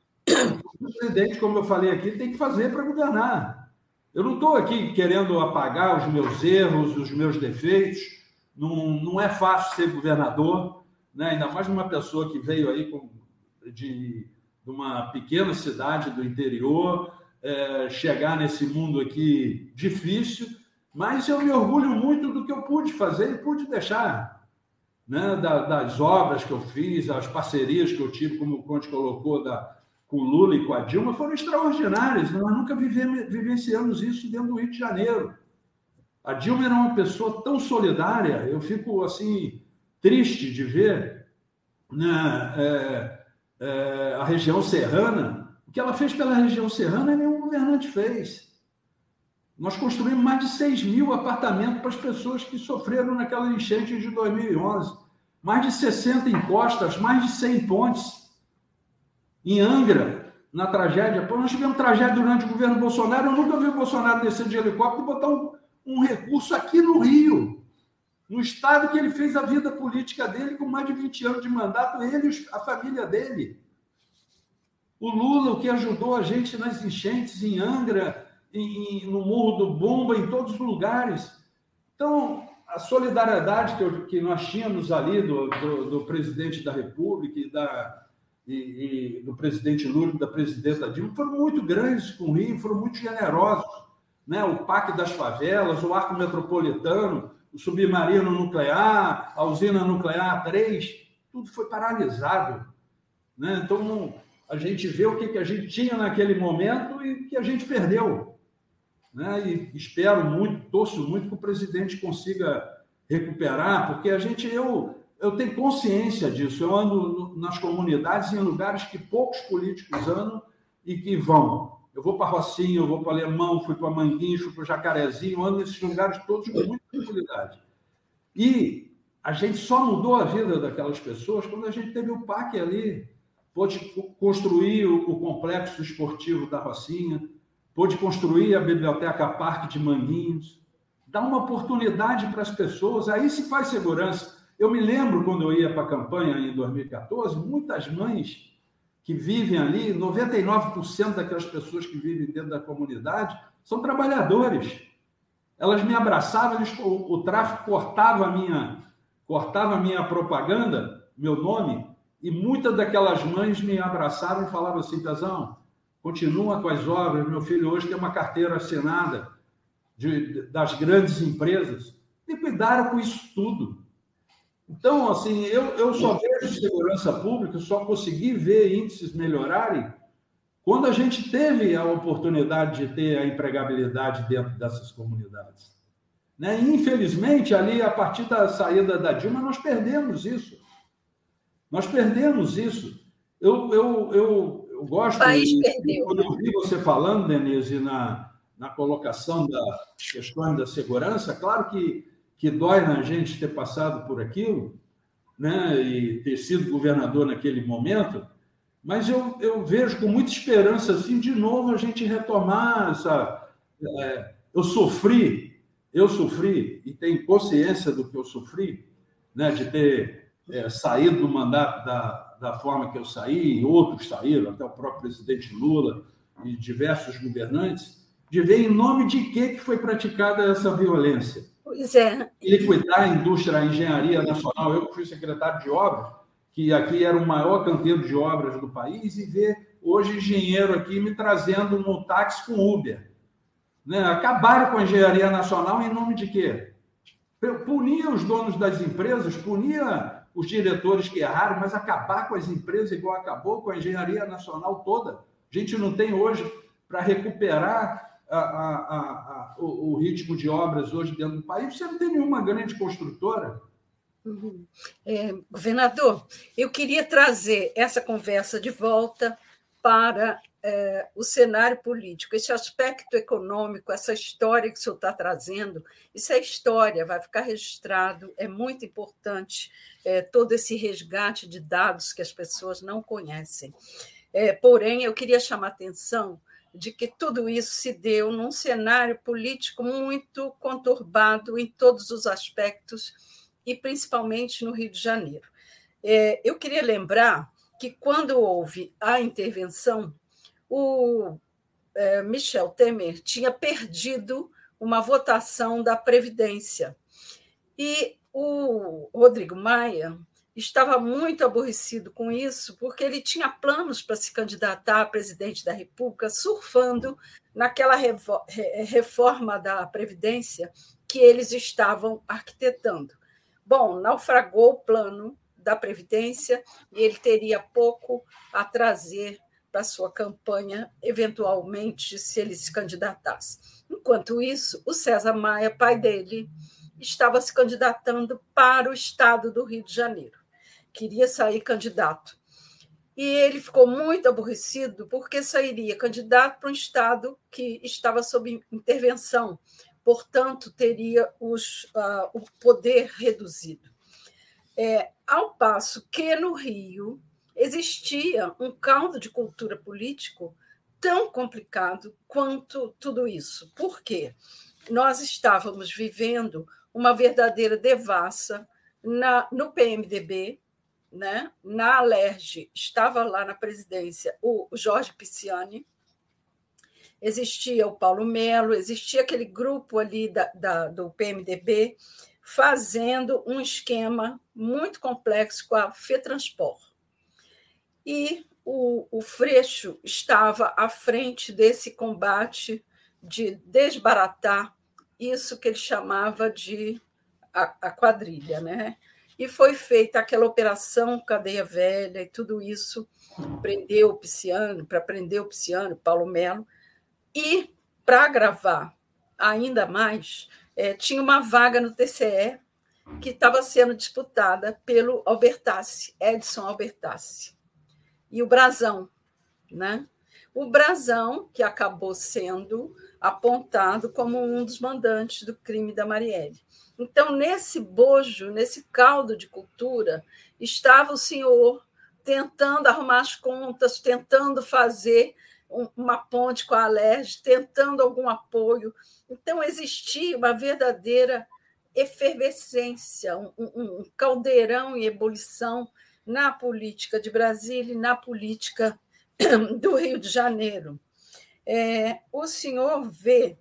o presidente, como eu falei aqui, tem que fazer para governar. Eu não estou aqui querendo apagar os meus erros, os meus defeitos. Não é fácil ser governador, né? Ainda mais uma pessoa que veio aí de uma pequena cidade do interior, chegar nesse mundo aqui difícil, mas eu me orgulho muito do que eu pude fazer e pude deixar, né? Das obras que eu fiz, as parcerias que eu tive, como o Conte colocou, com o Lula e com a Dilma, foram extraordinárias. Nós nunca vivenciamos isso dentro do Rio de Janeiro. A Dilma era uma pessoa tão solidária, eu fico assim triste de ver, né, a região serrana. O que ela fez pela região serrana, nenhum governante fez. Nós construímos mais de 6 mil apartamentos para as pessoas que sofreram naquela enchente de 2011. Mais de 60 encostas, mais de 100 pontes. Em Angra, na tragédia, nós tivemos tragédia durante o governo Bolsonaro. Eu nunca vi o Bolsonaro descer de helicóptero e botar um recurso aqui no Rio, no estado que ele fez a vida política dele com mais de 20 anos de mandato, ele e a família dele. O Lula, o que ajudou a gente nas enchentes em Angra, no Morro do Bomba, em todos os lugares. Então, a solidariedade que nós tínhamos ali do presidente da República e do presidente Lula e da presidenta Dilma foram muito grandes com o Rio, foram muito generosos, né? O Parque das Favelas, o Arco Metropolitano, o submarino nuclear, a usina nuclear 3, tudo foi paralisado, né? Então, a gente vê o que a gente tinha naquele momento e o que a gente perdeu, né? E espero muito, torço muito que o presidente consiga recuperar, porque eu tenho consciência disso. Eu ando nas comunidades, em lugares que poucos políticos andam e que vão. Eu vou para Rocinha, eu vou para Alemão, fui para Manguinhos, fui para Jacarezinho, ando nesses lugares todos com muita tranquilidade. E a gente só mudou a vida daquelas pessoas quando a gente teve o PAC ali, pôde construir o complexo esportivo da Rocinha, pôde construir a Biblioteca Parque de Manguinhos, dar uma oportunidade para as pessoas, aí se faz segurança. Eu me lembro, quando eu ia para a campanha em 2014, muitas mães que vivem ali, 99% daquelas pessoas que vivem dentro da comunidade são trabalhadores. Elas me abraçavam, o tráfico cortava a minha propaganda, meu nome, e muitas daquelas mães me abraçavam e falavam assim, Pezão, continua com as obras, meu filho hoje tem uma carteira assinada das grandes empresas, e cuidaram com isso tudo. Então, assim, eu só vejo segurança pública, só consegui ver índices melhorarem quando a gente teve a oportunidade de ter a empregabilidade dentro dessas comunidades, né? Infelizmente, ali, a partir da saída da Dilma, nós perdemos isso. Eu gosto, O país perdeu, quando eu vi você falando, Denise, na colocação das questões da segurança, claro que dói na gente ter passado por aquilo, né, e ter sido governador naquele momento, mas eu vejo com muita esperança, assim, de novo a gente retomar essa... eu sofri e tenho consciência do que eu sofri, né, de ter saído do mandato da forma que eu saí, e outros saíram, até o próprio presidente Lula e diversos governantes, de ver em nome de que foi praticada essa violência. Pois é. Liquidar a indústria, a engenharia nacional. Eu que fui secretário de obras, que aqui era o maior canteiro de obras do país, e ver hoje engenheiro aqui me trazendo no táxi com Uber. Né? Acabaram com a engenharia nacional em nome de quê? Punia os donos das empresas, punia os diretores que erraram, mas acabar com as empresas igual acabou com a engenharia nacional toda. A gente não tem hoje para recuperar o ritmo de obras hoje dentro do país. Você não tem nenhuma grande construtora. Uhum. Governador, eu queria trazer essa conversa de volta para o cenário político, esse aspecto econômico, essa história que o senhor está trazendo. Isso é história, vai ficar registrado, é muito importante todo esse resgate de dados que as pessoas não conhecem. Porém, eu queria chamar a atenção de que tudo isso se deu num cenário político muito conturbado em todos os aspectos, e principalmente no Rio de Janeiro. Eu queria lembrar que, quando houve a intervenção, o Michel Temer tinha perdido uma votação da Previdência. E o Rodrigo Maia estava muito aborrecido com isso, porque ele tinha planos para se candidatar a presidente da República, surfando naquela reforma da Previdência que eles estavam arquitetando. Bom, naufragou o plano da Previdência e ele teria pouco a trazer para a sua campanha, eventualmente, se ele se candidatasse. Enquanto isso, o César Maia, pai dele, estava se candidatando para o estado do Rio de Janeiro. Queria sair candidato. E ele ficou muito aborrecido porque sairia candidato para um estado que estava sob intervenção, portanto, teria o poder reduzido. Ao passo que, no Rio, existia um caldo de cultura político tão complicado quanto tudo isso. Por quê? Nós estávamos vivendo uma verdadeira devassa no PMDB, né? Na Alerj, estava lá na presidência o Jorge Pisciani, existia o Paulo Melo, existia aquele grupo ali do PMDB fazendo um esquema muito complexo com a FETransport. E o Freixo estava à frente desse combate de desbaratar isso que ele chamava de a quadrilha, né? E foi feita aquela operação Cadeia Velha e tudo isso, para prender o Pisciani, Paulo Melo, e, para agravar ainda mais, tinha uma vaga no TCE que estava sendo disputada pelo Albertassi, Edson Albertassi, e o Brazão, né? O Brazão, que acabou sendo apontado como um dos mandantes do crime da Marielle. Então, nesse bojo, nesse caldo de cultura, estava o senhor tentando arrumar as contas, tentando fazer uma ponte com a Alerj, tentando algum apoio. Então, existia uma verdadeira efervescência, um caldeirão em ebulição na política de Brasília e na política do Rio de Janeiro. O senhor vê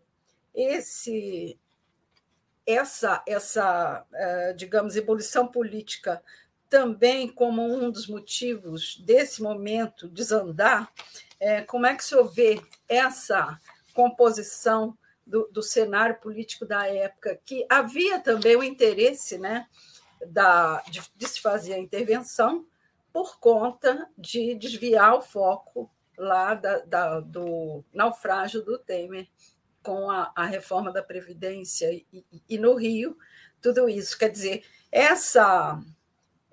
essa digamos, ebulição política também como um dos motivos desse momento desandar? Como é que o senhor vê essa composição do cenário político da época, que havia também o interesse, né, de se fazer a intervenção por conta de desviar o foco lá do naufrágio do Temer com a reforma da Previdência e no Rio, tudo isso. Quer dizer,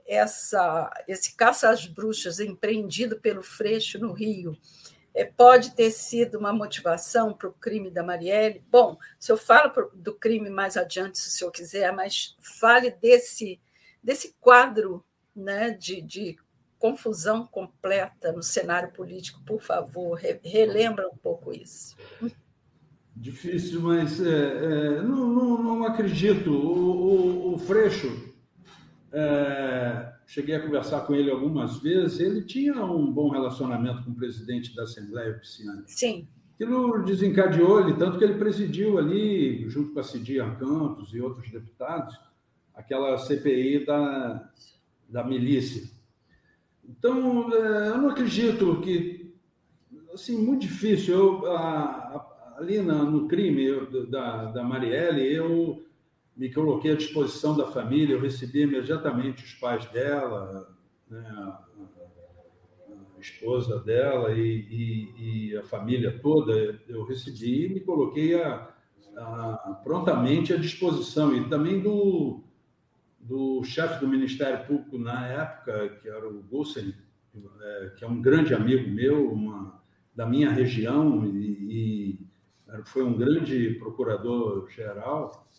esse caça às bruxas empreendido pelo Freixo no Rio pode ter sido uma motivação para o crime da Marielle? Bom, o senhor fala do crime mais adiante, se o senhor quiser, mas fale desse quadro, né, de confusão completa no cenário político, por favor, relembra um pouco isso. Difícil, mas não acredito. O Freixo, cheguei a conversar com ele algumas vezes, ele tinha um bom relacionamento com o presidente da Assembleia Pisciani. Sim. Aquilo desencadeou ele, tanto que ele presidiu ali, junto com a Cidia Campos e outros deputados, aquela CPI da milícia. Então, eu não acredito que... Assim, muito difícil. Ali no crime da Marielle, eu me coloquei à disposição da família, eu recebi imediatamente os pais dela, né, a esposa dela e a família toda, eu recebi e me coloquei prontamente à disposição. E também do chefe do Ministério Público na época, que era o Gussen, que é um grande amigo meu, da minha região, e foi um grande procurador-geral.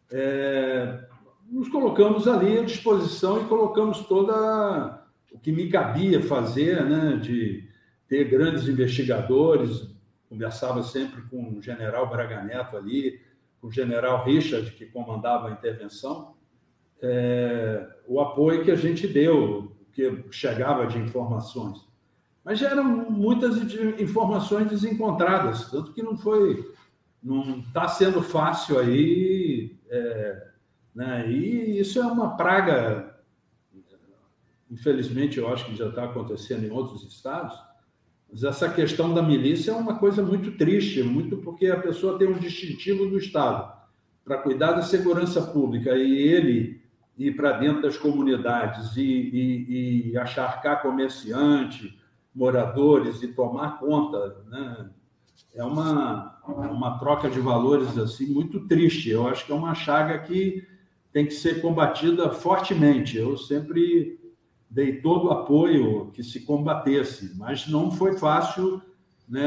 Nos colocamos ali à disposição e colocamos toda o que me cabia fazer, né, de ter grandes investigadores. Conversava sempre com o general Braga Neto ali, com o general Richard, que comandava a intervenção, o apoio que a gente deu, que chegava de informações. Mas já eram muitas informações desencontradas, tanto que não está sendo fácil aí, né? E isso é uma praga, infelizmente, eu acho que já está acontecendo em outros estados, mas essa questão da milícia é uma coisa muito triste, muito porque a pessoa tem um distintivo do Estado para cuidar da segurança pública e ele ir para dentro das comunidades e acharcar comerciante, moradores e tomar conta, né? É uma troca de valores assim muito triste. Eu acho que é uma chaga que tem que ser combatida fortemente. Eu sempre dei todo o apoio que se combatesse, mas não foi fácil, né?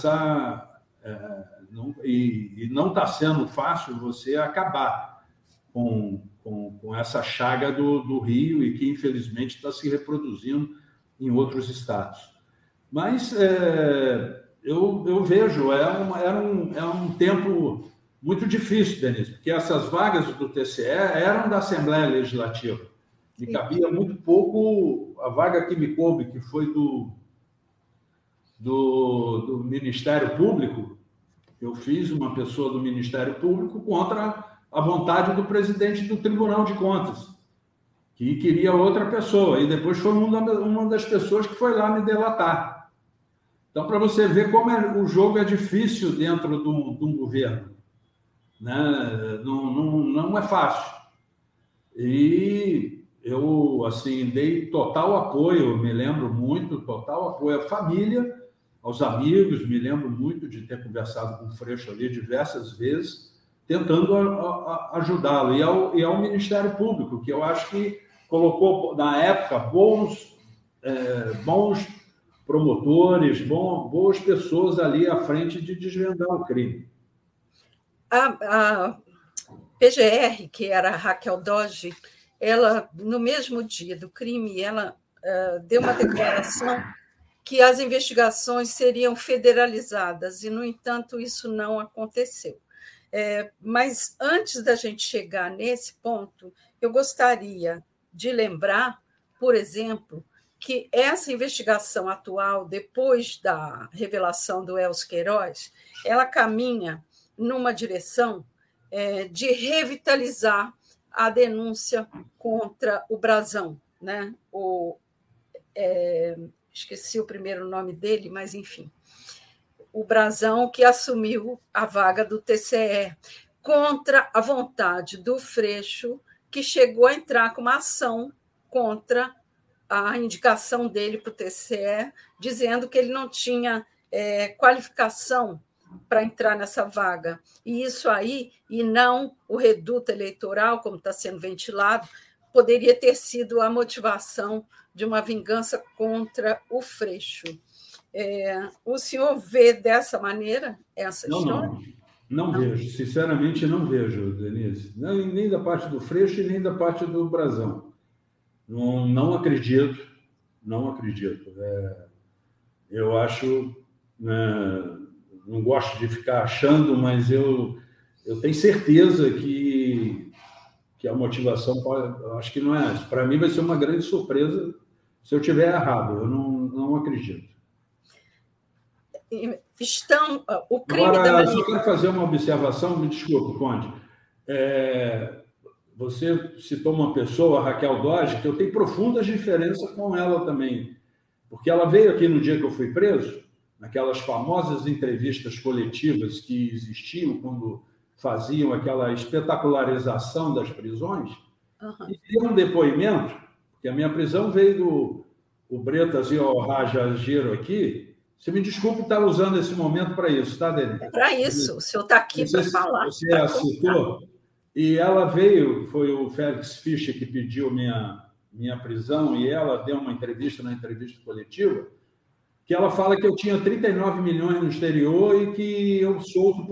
Não está sendo fácil você acabar com essa chaga do Rio e que, infelizmente, está se reproduzindo em outros estados. Mas eu vejo, era um tempo muito difícil, Denise, porque essas vagas do TCE eram da Assembleia Legislativa. Me cabia muito pouco a vaga que me coube, que foi do Ministério Público. Eu fiz uma pessoa do Ministério Público contra a vontade do presidente do Tribunal de Contas, que queria outra pessoa, e depois foi uma das pessoas que foi lá me delatar. Então, para você ver como o jogo é difícil dentro de um governo, né? Não é fácil. E eu, assim, dei total apoio, me lembro muito, total apoio à família, aos amigos, me lembro muito de ter conversado com o Freixo ali diversas vezes, tentando ajudá-lo, e ao Ministério Público, que eu acho que colocou, na época, bons promotores, boas pessoas ali à frente de desvendar o crime. A PGR, que era a Raquel Dodge, ela, no mesmo dia do crime, ela deu uma declaração que as investigações seriam federalizadas, e, no entanto, isso não aconteceu. Mas, antes da gente chegar nesse ponto, eu gostaria de lembrar, por exemplo, que essa investigação atual, depois da revelação do Elcio Queiroz, ela caminha numa direção de revitalizar a denúncia contra o Brazão, né? Esqueci o primeiro nome dele, mas, enfim, o Brazão, que assumiu a vaga do TCE, contra a vontade do Freixo, que chegou a entrar com uma ação contra a indicação dele para o TCE, dizendo que ele não tinha qualificação para entrar nessa vaga. E isso aí, e não o reduto eleitoral, como está sendo ventilado, poderia ter sido a motivação de uma vingança contra o Freixo. O senhor vê dessa maneira essa história? Não vejo, sinceramente não vejo, Denise. Nem da parte do Freixo e nem da parte do Brazão. Não acredito, não acredito. Eu acho, não gosto de ficar achando, mas eu tenho certeza que a motivação acho que não é essa. Para mim vai ser uma grande surpresa se eu estiver errado. Eu não acredito. O crime Agora, da Maria... só quero fazer uma observação, me desculpe, Conde. Você citou uma pessoa, a Raquel Dodge, que eu tenho profundas diferenças com ela também, porque ela veio aqui no dia que eu fui preso, naquelas famosas entrevistas coletivas que existiam quando faziam aquela espetacularização das prisões, e deu um depoimento, porque a minha prisão veio o Bretas e o Raja Giro aqui. Você me desculpe estar usando esse momento para isso, tá, Denise? É para isso, o senhor está aqui para falar. Você a citou, e ela veio, foi o Félix Fischer que pediu minha prisão, e ela deu uma entrevista na entrevista coletiva, que ela fala que eu tinha 39 milhões no exterior e que eu solto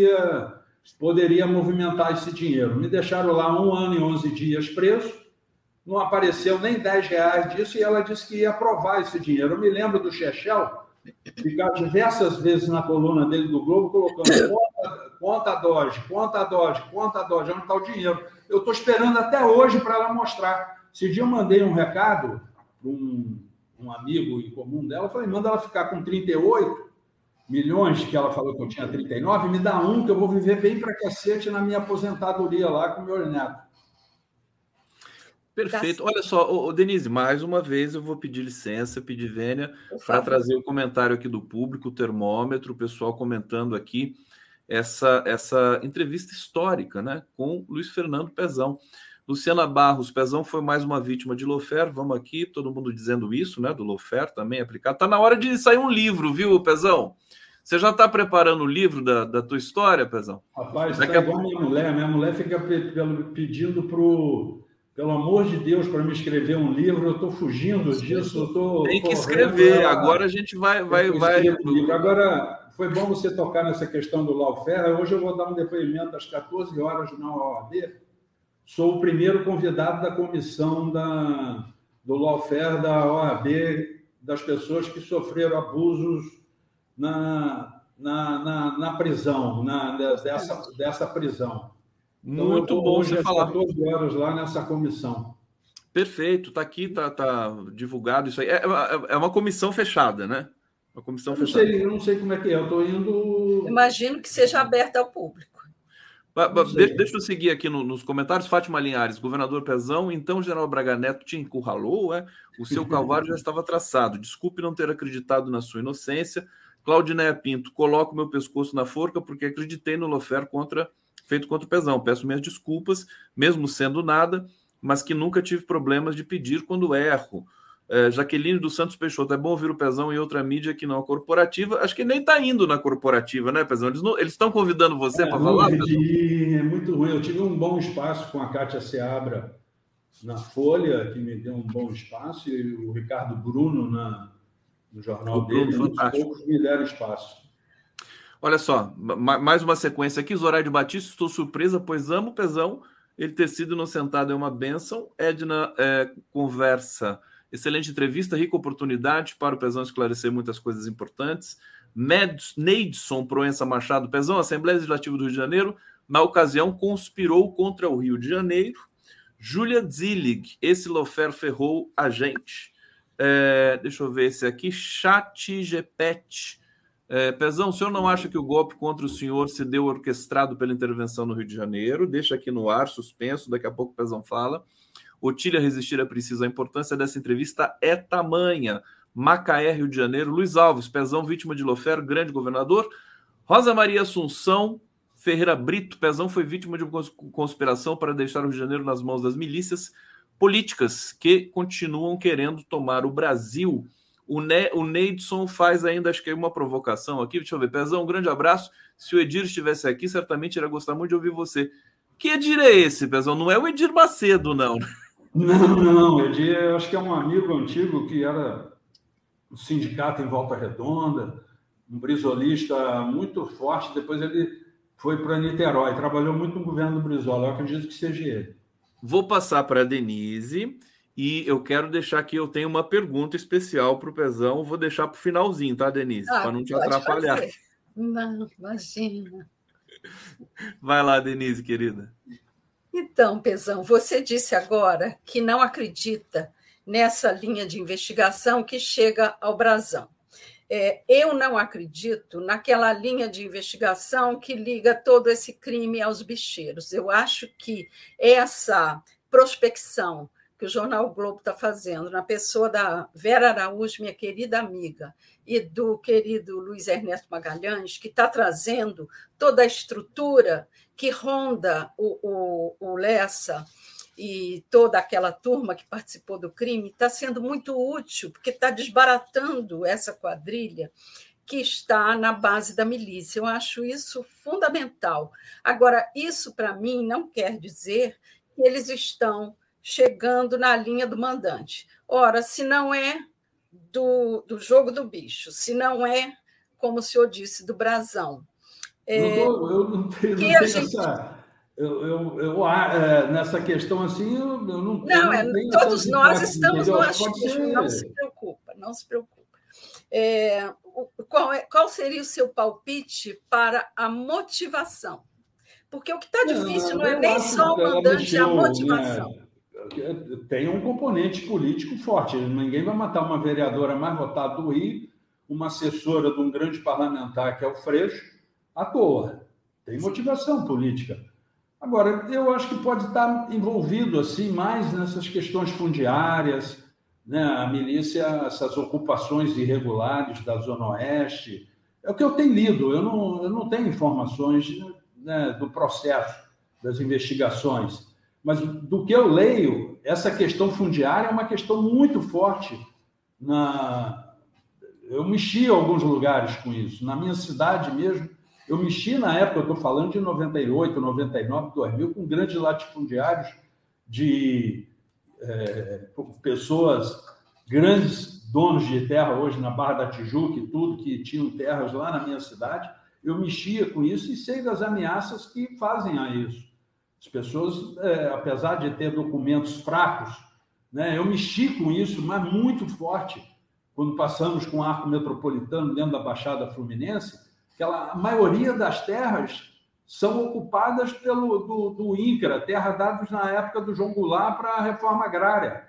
poderia movimentar esse dinheiro. Me deixaram lá 1 ano e 11 dias preso, não apareceu nem R$10 disso, e ela disse que ia aprovar esse dinheiro. Eu me lembro do Chechel ficar diversas vezes na coluna dele do Globo, colocando conta Doge, onde está o dinheiro? Eu estou esperando até hoje para ela mostrar. Esse dia eu mandei um recado para um amigo em comum dela, falei, manda ela ficar com 38 milhões, que ela falou que eu tinha 39, me dá que eu vou viver bem pra cacete na minha aposentadoria lá com o meu neto. Perfeito. Olha só, Denise, mais uma vez eu vou pedir licença, pedir vênia, para trazer o comentário aqui do público, o termômetro, o pessoal comentando aqui essa entrevista histórica, né, com Luiz Fernando Pezão. Luciana Barros, Pezão foi mais uma vítima de lawfare, vamos aqui, todo mundo dizendo isso, né, do lawfare também aplicado. Tá na hora de sair um livro, viu, Pezão? Você já está preparando o livro da tua história, Pezão? Rapaz, tá igual minha mulher fica pedindo pelo amor de Deus, para me escrever um livro, eu estou fugindo disso. Tem que escrever, agora a gente vai. Agora, foi bom você tocar nessa questão do lawfare. Hoje eu vou dar um depoimento às 14 horas na OAB. Sou o primeiro convidado da comissão do lawfare da OAB, das pessoas que sofreram abusos na prisão, dessa prisão. Então, muito bom você falar. 14 horas lá nessa comissão. Perfeito, está aqui, tá divulgado isso aí. É uma comissão fechada, né? Uma comissão fechada. Eu não sei como é que é, eu estou indo... Imagino que seja aberta ao público. Deixa eu seguir aqui nos comentários. Fátima Linhares, governador Pezão, então o general Braga Neto te encurralou, o seu calvário já estava traçado. Desculpe não ter acreditado na sua inocência. Claudineia Pinto, coloco meu pescoço na forca porque acreditei no lawfare feito contra o Pezão. Peço minhas desculpas, mesmo sendo nada, mas que nunca tive problemas de pedir quando erro. Jaqueline dos Santos Peixoto, é bom ouvir o Pezão em outra mídia que não a corporativa. Acho que nem está indo na corporativa, né, Pezão? Eles estão convidando você para falar? É muito ruim. Eu tive um bom espaço com a Kátia Seabra na Folha, que me deu um bom espaço, e o Ricardo Bruno no jornal dele. Muitos poucos me deram espaço. Olha só, mais uma sequência aqui. Zoraide Batista, estou surpresa, pois amo o Pezão. Ele ter sido inocentado é uma bênção. Edna conversa. Excelente entrevista, rica oportunidade para o Pezão esclarecer muitas coisas importantes. Neidson Proença Machado, Pezão, a Assembleia Legislativa do Rio de Janeiro, na ocasião, conspirou contra o Rio de Janeiro. Júlia Zillig, esse lawfare ferrou a gente. Deixa eu ver esse aqui. ChatGPT. Pezão, o senhor não acha que o golpe contra o senhor se deu orquestrado pela intervenção no Rio de Janeiro? Deixa aqui no ar, suspenso, daqui a pouco o Pezão fala. Otília Resistir é preciso, a importância dessa entrevista é tamanha. Macaé, Rio de Janeiro. Luiz Alves, Pezão, vítima de lawfare, grande governador. Rosa Maria Assunção Ferreira Brito, Pezão foi vítima de uma conspiração para deixar o Rio de Janeiro nas mãos das milícias políticas que continuam querendo tomar o Brasil. O Neidson faz ainda, acho que é uma provocação aqui. Deixa eu ver, Pezão, um grande abraço. Se o Edir estivesse aqui, certamente iria gostar muito de ouvir você. Que Edir é esse, Pezão? Não é o Edir Macedo, não. Não, eu acho que é um amigo antigo que era do sindicato em Volta Redonda, um brisolista muito forte, depois ele foi para Niterói, trabalhou muito no governo do Brizola, eu acredito que seja ele. Vou passar para a Denise e eu quero deixar aqui, eu tenho uma pergunta especial para o Pezão, vou deixar para o finalzinho, tá, Denise? Para não te pode atrapalhar. fazer. Não, imagina. Vai lá, Denise, querida. Então, Pezão, você disse agora que não acredita nessa linha de investigação que chega ao brasão. Eu não acredito naquela linha de investigação que liga todo esse crime aos bicheiros. Eu acho que essa prospecção que o Jornal o Globo está fazendo na pessoa da Vera Araújo, minha querida amiga, e do querido Luiz Ernesto Magalhães, que está trazendo toda a estrutura que ronda o Lessa e toda aquela turma que participou do crime, está sendo muito útil, porque está desbaratando essa quadrilha que está na base da milícia. Eu acho isso fundamental. Agora, isso, para mim, não quer dizer que eles estão chegando na linha do mandante. Ora, se não é do jogo do bicho, se não é, como o senhor disse, do brasão. Eu não tenho essa... nessa questão assim, eu não tenho essas todos nós hipóteses, estamos entendeu? no Pode achismo, não se ser... preocupa, não se preocupa. Qual seria o seu palpite para a motivação? Porque o que está difícil não é nem só o mandante, é a motivação. Né? Tem um componente político forte. Ninguém vai matar uma vereadora mais votada do Rio, uma assessora de um grande parlamentar, que é o Freixo, à toa. Tem motivação política. Agora, eu acho que pode estar envolvido assim mais nessas questões fundiárias, né? A milícia, essas ocupações irregulares da Zona Oeste. É o que eu tenho lido. Eu não tenho informações, né, do processo das investigações. Mas do que eu leio, essa questão fundiária é uma questão muito forte. Eu mexi em alguns lugares com isso. Na minha cidade mesmo, eu mexi na época, eu estou falando de 98, 99, 2000, com grandes latifundiários de pessoas, grandes donos de terra hoje na Barra da Tijuca e tudo, que tinham terras lá na minha cidade. Eu mexia com isso e sei das ameaças que fazem a isso. As pessoas, apesar de ter documentos fracos, né, eu mexi com isso, mas muito forte, quando passamos com o arco metropolitano dentro da Baixada Fluminense, a maioria das terras são ocupadas do INCRA, terras dadas na época do João Goulart para a reforma agrária.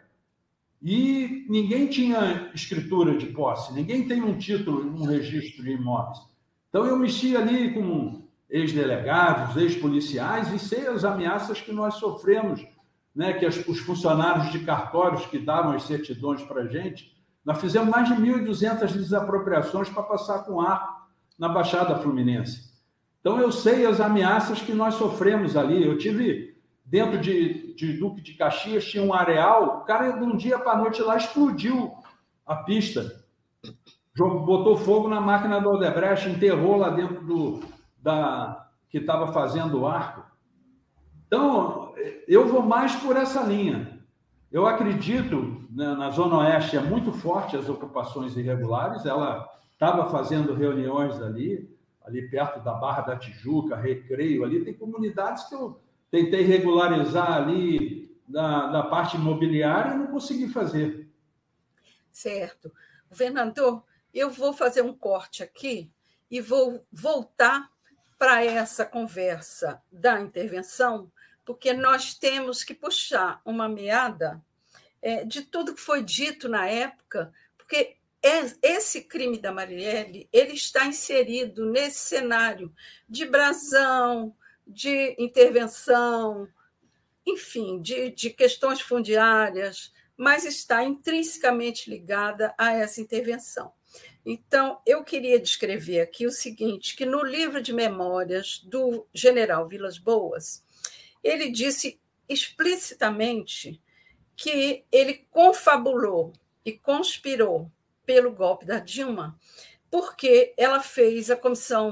E ninguém tinha escritura de posse, ninguém tem um título, um registro de imóveis. Então, eu mexi ali com ex-delegados, ex-policiais, e sei as ameaças que nós sofremos, né? Que os funcionários de cartórios que davam as certidões para a gente, nós fizemos mais de 1.200 desapropriações para passar com arco na Baixada Fluminense. Então, eu sei as ameaças que nós sofremos ali. Eu tive, dentro de Duque de Caxias, tinha um areal, o cara, de um dia para a noite lá, explodiu a pista, botou fogo na máquina do Odebrecht, enterrou lá dentro que estava fazendo o arco. Então, eu vou mais por essa linha. Eu acredito, né, na Zona Oeste é muito forte as ocupações irregulares, ela estava fazendo reuniões ali perto da Barra da Tijuca, Recreio, ali tem comunidades que eu tentei regularizar ali da parte imobiliária e não consegui fazer. Certo. Governador, eu vou fazer um corte aqui e vou voltar para essa conversa da intervenção, porque nós temos que puxar uma meada de tudo que foi dito na época, porque esse crime da Marielle ele está inserido nesse cenário de brasão, de intervenção, enfim, de questões fundiárias, mas está intrinsecamente ligada a essa intervenção. Então, eu queria descrever aqui o seguinte, que no livro de memórias do general Vilas Boas, ele disse explicitamente que ele confabulou e conspirou pelo golpe da Dilma, porque ela fez a comissão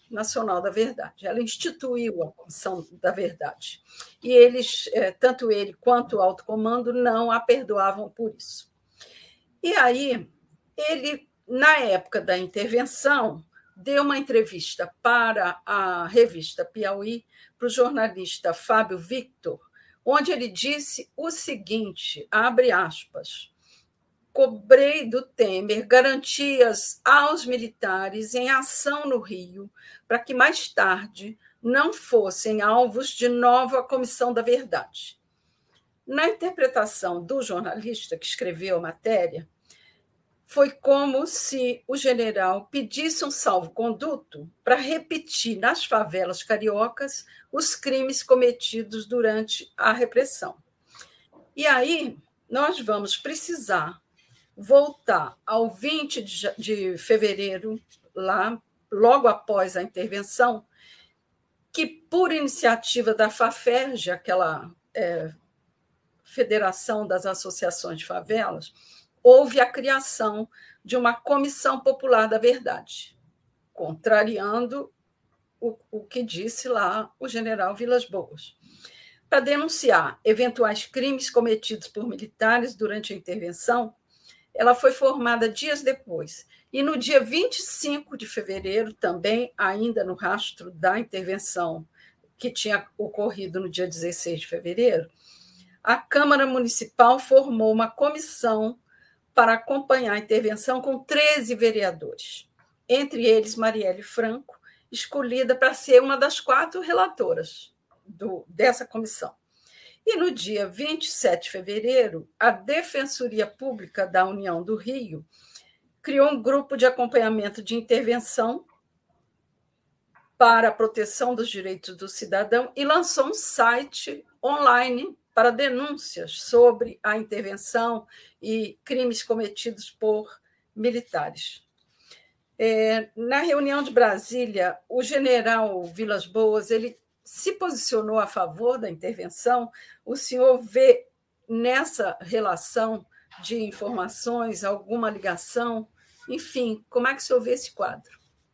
Nacional da Verdade. Ela instituiu a Comissão da Verdade. E eles, tanto ele quanto o alto comando, não a perdoavam por isso. E aí, ele, na época da intervenção, deu uma entrevista para a revista Piauí, para o jornalista Fábio Victor, onde ele disse o seguinte, abre aspas, cobrei do Temer garantias aos militares em ação no Rio, para que mais tarde não fossem alvos de nova Comissão da Verdade. Na interpretação do jornalista que escreveu a matéria, foi como se o general pedisse um salvo-conduto para repetir nas favelas cariocas os crimes cometidos durante a repressão. E aí nós vamos precisar voltar ao 20 de fevereiro, lá, logo após a intervenção, que, por iniciativa da FAFERJ, aquela Federação das Associações de Favelas, houve a criação de uma Comissão Popular da Verdade, contrariando o que disse lá o general Vilas Boas, para denunciar eventuais crimes cometidos por militares durante a intervenção. Ela foi formada dias depois. E no dia 25 de fevereiro, também ainda no rastro da intervenção que tinha ocorrido no dia 16 de fevereiro, a Câmara Municipal formou uma comissão para acompanhar a intervenção com 13 vereadores, entre eles Marielle Franco, escolhida para ser uma das 4 relatoras dessa comissão. E no dia 27 de fevereiro, a Defensoria Pública da União do Rio criou um grupo de acompanhamento de intervenção para a proteção dos direitos do cidadão e lançou um site online para denúncias sobre a intervenção e crimes cometidos por militares. Na reunião de Brasília, o general Vilas Boas ele se posicionou a favor da intervenção. O senhor vê nessa relação de informações alguma ligação? Enfim, como é que o senhor vê esse quadro?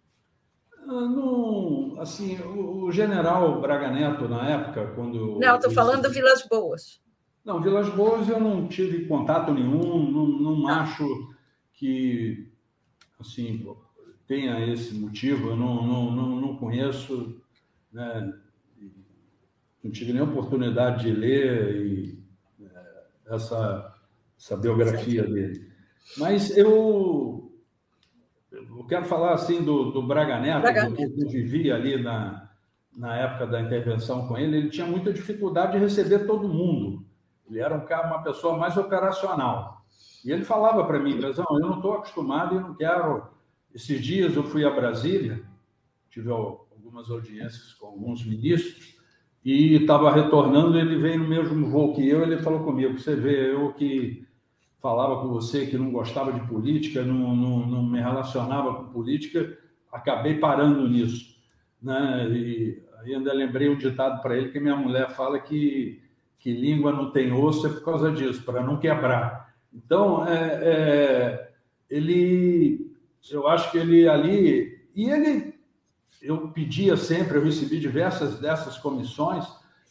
Não, assim, o general Braga Neto, na época, quando... Não, estou falando do Vilas Boas. Não, Vilas Boas eu não tive contato nenhum, não acho que assim, tenha esse motivo, eu não conheço, né? Não tive nem oportunidade de ler essa biografia dele. Mas eu quero falar assim do Braga Neto, do que eu vivi ali na época da intervenção com ele. Ele tinha muita dificuldade de receber todo mundo. Ele era uma pessoa mais operacional. E ele falava para mim, Pezão, eu não estou acostumado e não quero... Esses dias eu fui a Brasília, tive algumas audiências com alguns ministros, e estava retornando, ele veio no mesmo voo que eu, ele falou comigo, você vê, eu que falava com você que não gostava de política, não me relacionava com política, acabei parando nisso, né? E ainda lembrei um ditado para ele, que minha mulher fala que língua não tem osso é por causa disso, para não quebrar. Então, eu acho que ele ali... E eu pedia sempre, eu recebi diversas dessas comissões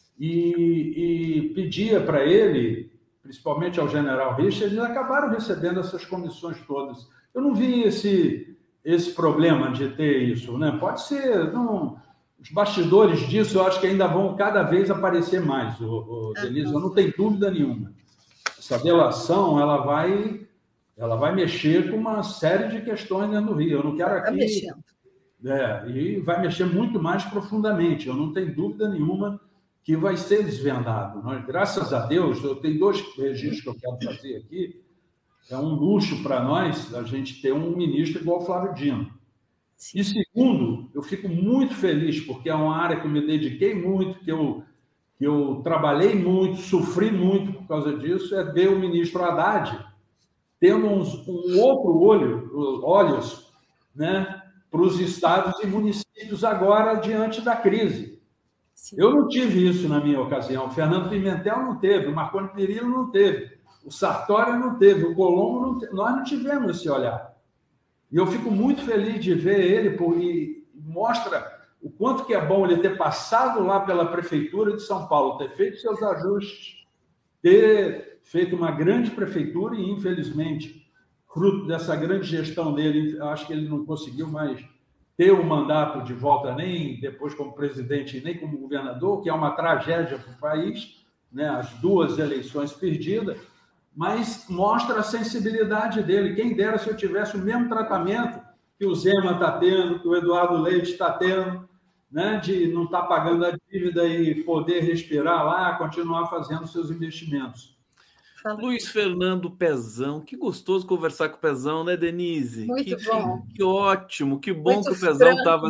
e pedia para ele, principalmente ao general Richard, eles acabaram recebendo essas comissões todas. Eu não vi esse problema de ter isso, né? Pode ser, não, os bastidores disso eu acho que ainda vão cada vez aparecer mais, Denise, eu não tenho dúvida nenhuma. Essa delação, ela vai mexer com uma série de questões dentro do Rio. Eu não quero aqui... e vai mexer muito mais profundamente. Eu não tenho dúvida nenhuma que vai ser desvendado. Graças a Deus, eu tenho 2 registros que eu quero fazer aqui. É um luxo para nós a gente ter um ministro igual o Flávio Dino. Sim. E segundo, eu fico muito feliz, porque é uma área que eu me dediquei muito, que eu trabalhei muito, sofri muito por causa disso, é ver o ministro Haddad tendo um outro olhos, né, para os estados e municípios agora diante da crise. Sim. Eu não tive isso na minha ocasião. O Fernando Pimentel não teve, o Marconi Perillo não teve, o Sartori não teve, o Colombo não teve. Nós não tivemos esse olhar. E eu fico muito feliz de ver ele, e mostra o quanto que é bom ele ter passado lá pela Prefeitura de São Paulo, ter feito seus ajustes, ter feito uma grande prefeitura e, infelizmente, fruto dessa grande gestão dele, acho que ele não conseguiu mais ter o mandato de volta, nem depois como presidente, nem como governador, que é uma tragédia para o país, né? As 2 eleições perdidas, mas mostra a sensibilidade dele. Quem dera se eu tivesse o mesmo tratamento que o Zema está tendo, que o Eduardo Leite está tendo, né? De não estar pagando a dívida e poder respirar lá, continuar fazendo seus investimentos. Luiz Fernando Pezão, que gostoso conversar com o Pezão, né, Denise? Muito bom. Que ótimo, que bom muito que o Pezão estava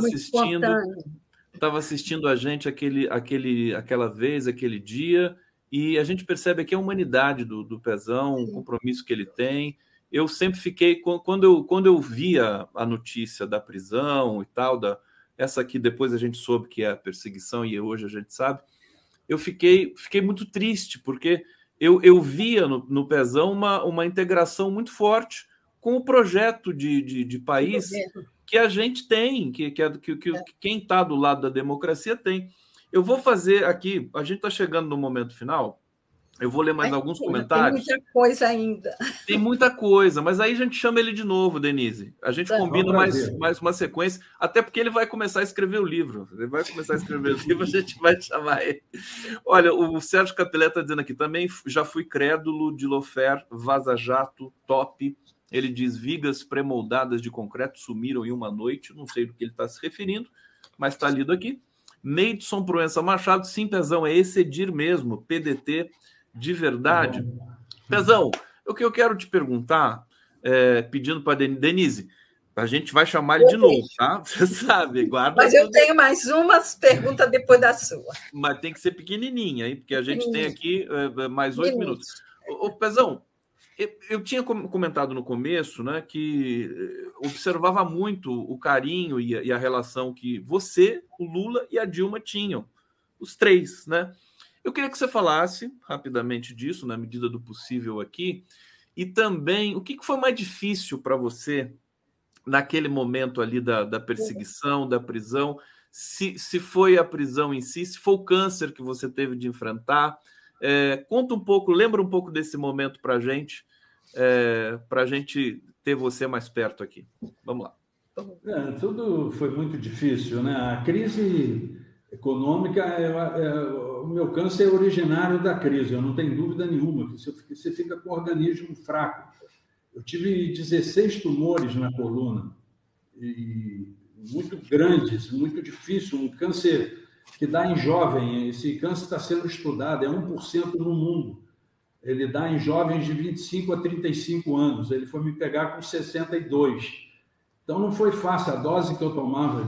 assistindo a gente aquela vez, aquele dia, e a gente percebe aqui a humanidade do Pezão, o compromisso que ele tem. Eu sempre fiquei, quando eu via a notícia da prisão e tal, essa aqui depois a gente soube que é a perseguição e hoje a gente sabe, eu fiquei muito triste, porque eu via no Pezão uma integração muito forte com o projeto de país que a gente tem, que quem está do lado da democracia tem. Eu vou fazer aqui, a gente está chegando no momento final, eu vou ler mais alguns comentários. Tem muita coisa ainda. Tem muita coisa, mas aí a gente chama ele de novo, Denise. A gente combina mais uma sequência, até porque ele vai começar a escrever o livro. Ele vai começar a escrever o livro, a gente vai chamar ele. Olha, o Sérgio Capilé está dizendo aqui também, já fui crédulo de Lofer, vaza-jato, top. Ele diz, vigas pré-moldadas de concreto sumiram em uma noite. Não sei do que ele está se referindo, mas está lido aqui. Neidson Proença Machado, sim, Pezão, é excedir mesmo, PDT de verdade. Pezão, o que eu quero te perguntar, pedindo para Denise, a gente vai chamar ele de novo, tá? Você sabe, guarda. Mas eu tenho mais umas perguntas depois da sua. Mas tem que ser pequenininha, hein? Porque a gente tem aqui mais 8 minutos. Ô, Pezão, eu tinha comentado no começo, né, que observava muito o carinho e a relação que você, o Lula e a Dilma tinham, os 3, né? Eu queria que você falasse rapidamente disso, na medida do possível aqui, e também o que foi mais difícil para você naquele momento ali da perseguição, da prisão, se foi a prisão em si, se foi o câncer que você teve de enfrentar. Conta um pouco, lembra um pouco desse momento para a gente ter você mais perto aqui. Vamos lá. Tudo foi muito difícil, né? A crise econômica, o meu câncer é originário da crise, eu não tenho dúvida nenhuma, que você fica com o organismo fraco. Eu tive 16 tumores na coluna, e muito grandes, muito difícil, um câncer que dá em jovem, esse câncer está sendo estudado, é 1% no mundo, ele dá em jovens de 25 a 35 anos, ele foi me pegar com 62, então não foi fácil, a dose que eu tomava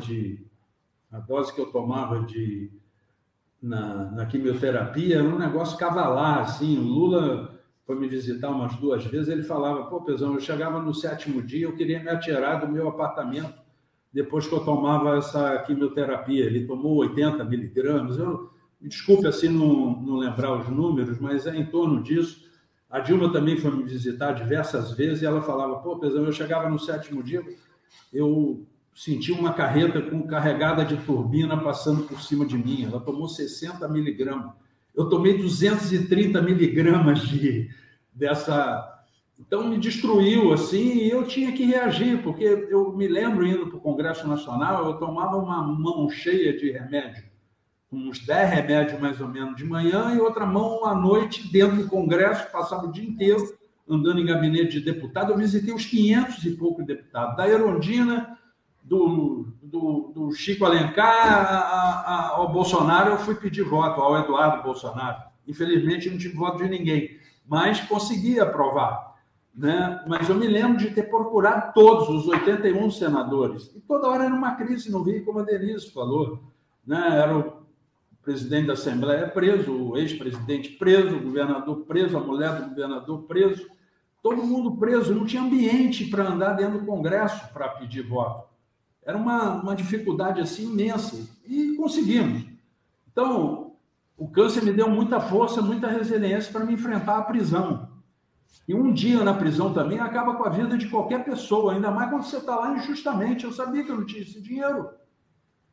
na quimioterapia era um negócio cavalar, assim. O Lula foi me visitar umas 2 vezes, ele falava, pô, Pezão, eu chegava no 7º dia, eu queria me atirar do meu apartamento depois que eu tomava essa quimioterapia. Ele tomou 80 miligramas, me desculpe assim não lembrar os números, mas é em torno disso. A Dilma também foi me visitar diversas vezes e ela falava, pô, Pezão, eu chegava no 7º dia, eu senti uma carreta carregada de turbina passando por cima de mim. Ela tomou 60 miligramas. Eu tomei 230 miligramas dessa... Então, me destruiu, assim, e eu tinha que reagir, porque eu me lembro, indo para o Congresso Nacional, eu tomava uma mão cheia de remédio, uns 10 remédios, mais ou menos, de manhã, e outra mão à noite, dentro do Congresso, passava o dia inteiro andando em gabinete de deputado. Eu visitei os 500 e poucos deputados, da Erundina, do Chico Alencar ao Bolsonaro. Eu fui pedir voto ao Eduardo Bolsonaro. Infelizmente, não tive voto de ninguém, mas consegui aprovar, né? Mas eu me lembro de ter procurado todos os 81 senadores. E toda hora era uma crise no Rio, como a Denise falou, né? Era o presidente da Assembleia preso, o ex-presidente preso, o governador preso, a mulher do governador preso, todo mundo preso. Não tinha ambiente para andar dentro do Congresso para pedir voto. Era uma dificuldade assim imensa, e conseguimos. Então, o câncer me deu muita força, muita resiliência para me enfrentar à prisão. E um dia na prisão também acaba com a vida de qualquer pessoa, ainda mais quando você está lá injustamente. Eu sabia que eu não tinha esse dinheiro.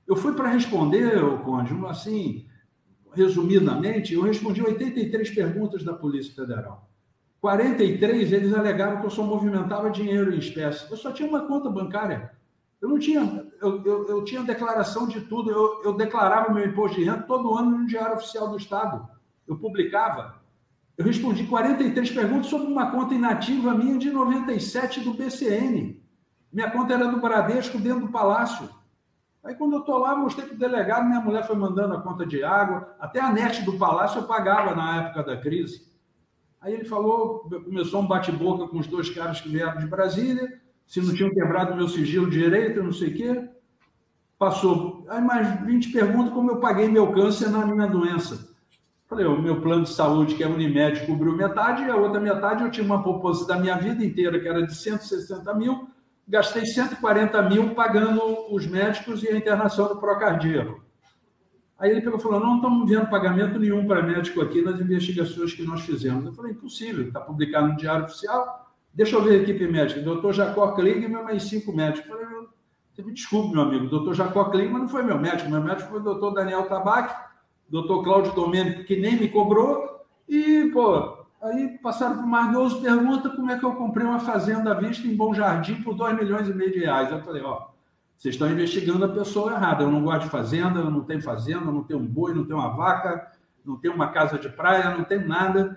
Eu fui para responder, Conde, assim, resumidamente, eu respondi 83 perguntas da Polícia Federal. 43, eles alegaram que eu só movimentava dinheiro em espécie. Eu só tinha uma conta bancária. Eu não tinha, eu tinha declaração de tudo. Eu declarava meu imposto de renda todo ano no Diário Oficial do Estado. Eu publicava. Eu respondi 43 perguntas sobre uma conta inativa minha de 97 do BCN. Minha conta era do Bradesco, dentro do Palácio. Aí, quando eu estou lá, mostrei para o delegado, minha mulher foi mandando a conta de água, até a net do Palácio eu pagava na época da crise. Aí ele falou, começou um bate-boca com os dois caras que vieram de Brasília, se não tinham quebrado meu sigilo direito, não sei o quê. Passou. Aí mais 20 perguntas como eu paguei meu câncer na minha doença. Falei, o meu plano de saúde, que é Unimed, cobriu metade, e a outra metade eu tinha uma poupança da minha vida inteira, que era de 160 mil, gastei 140 mil pagando os médicos e a internação do procardíaco. Aí ele pegou e falou, não estamos vendo pagamento nenhum para médico aqui nas investigações que nós fizemos. Eu falei, impossível, está publicado no Diário Oficial, deixa eu ver a equipe médica, doutor Jacó Kligman e mais 5 médicos. Eu falei, você me desculpe, meu amigo, doutor Jacó Kligman não foi meu médico foi o doutor Daniel Tabac, doutor Cláudio Domênico, que nem me cobrou, e, aí passaram por mais 12 perguntas, como é que eu comprei uma fazenda à vista em Bom Jardim por R$2,5 milhões. Eu falei, vocês estão investigando a pessoa errada, eu não gosto de fazenda, eu não tenho um boi, não tenho uma vaca, não tenho uma casa de praia, não tenho nada,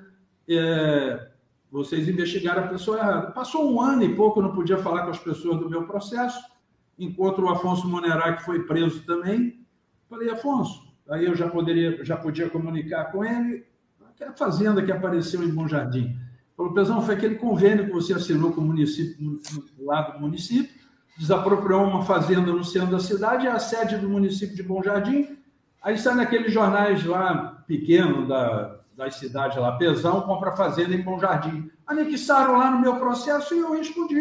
vocês investigaram a pessoa errada. Passou um ano e pouco, eu não podia falar com as pessoas do meu processo, encontro o Afonso Monerá, que foi preso também, falei, Afonso, aí eu já podia comunicar com ele, aquela fazenda que apareceu em Bom Jardim. Falou, Pezão, foi aquele convênio que você assinou com o município, lá do município, desapropriou uma fazenda no centro da cidade, é a sede do município de Bom Jardim, aí sai naqueles jornais lá pequenos das cidades lá, Pezão compra fazenda em Bom Jardim. Anexaram lá no meu processo e eu respondi,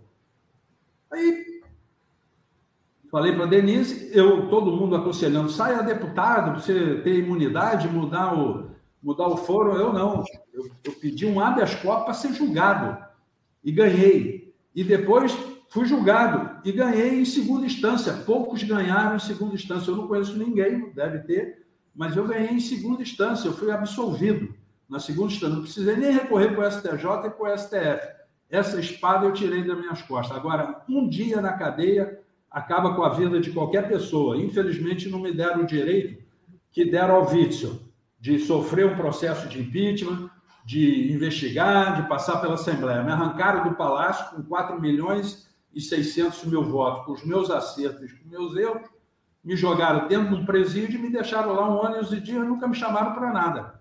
Aí falei para a Denise, todo mundo aconselhando, saia deputado, para você ter imunidade, mudar o foro. Eu não. Eu pedi um habeas corpus para ser julgado e ganhei. E depois fui julgado e ganhei em segunda instância. Poucos ganharam em segunda instância. Eu não conheço ninguém, deve ter, mas eu ganhei em segunda instância. Eu fui absolvido na segunda instância. Não precisei nem recorrer para o STJ e para o STF. Essa espada eu tirei das minhas costas. Agora, um dia na cadeia acaba com a vida de qualquer pessoa. Infelizmente, não me deram o direito que deram ao Witzel, de sofrer um processo de impeachment, de investigar, de passar pela Assembleia. Me arrancaram do Palácio com 4.600.000 votos, com os meus acertos, com os meus erros, me jogaram dentro de um presídio e me deixaram lá 1 ano e 11 dias, nunca me chamaram para nada.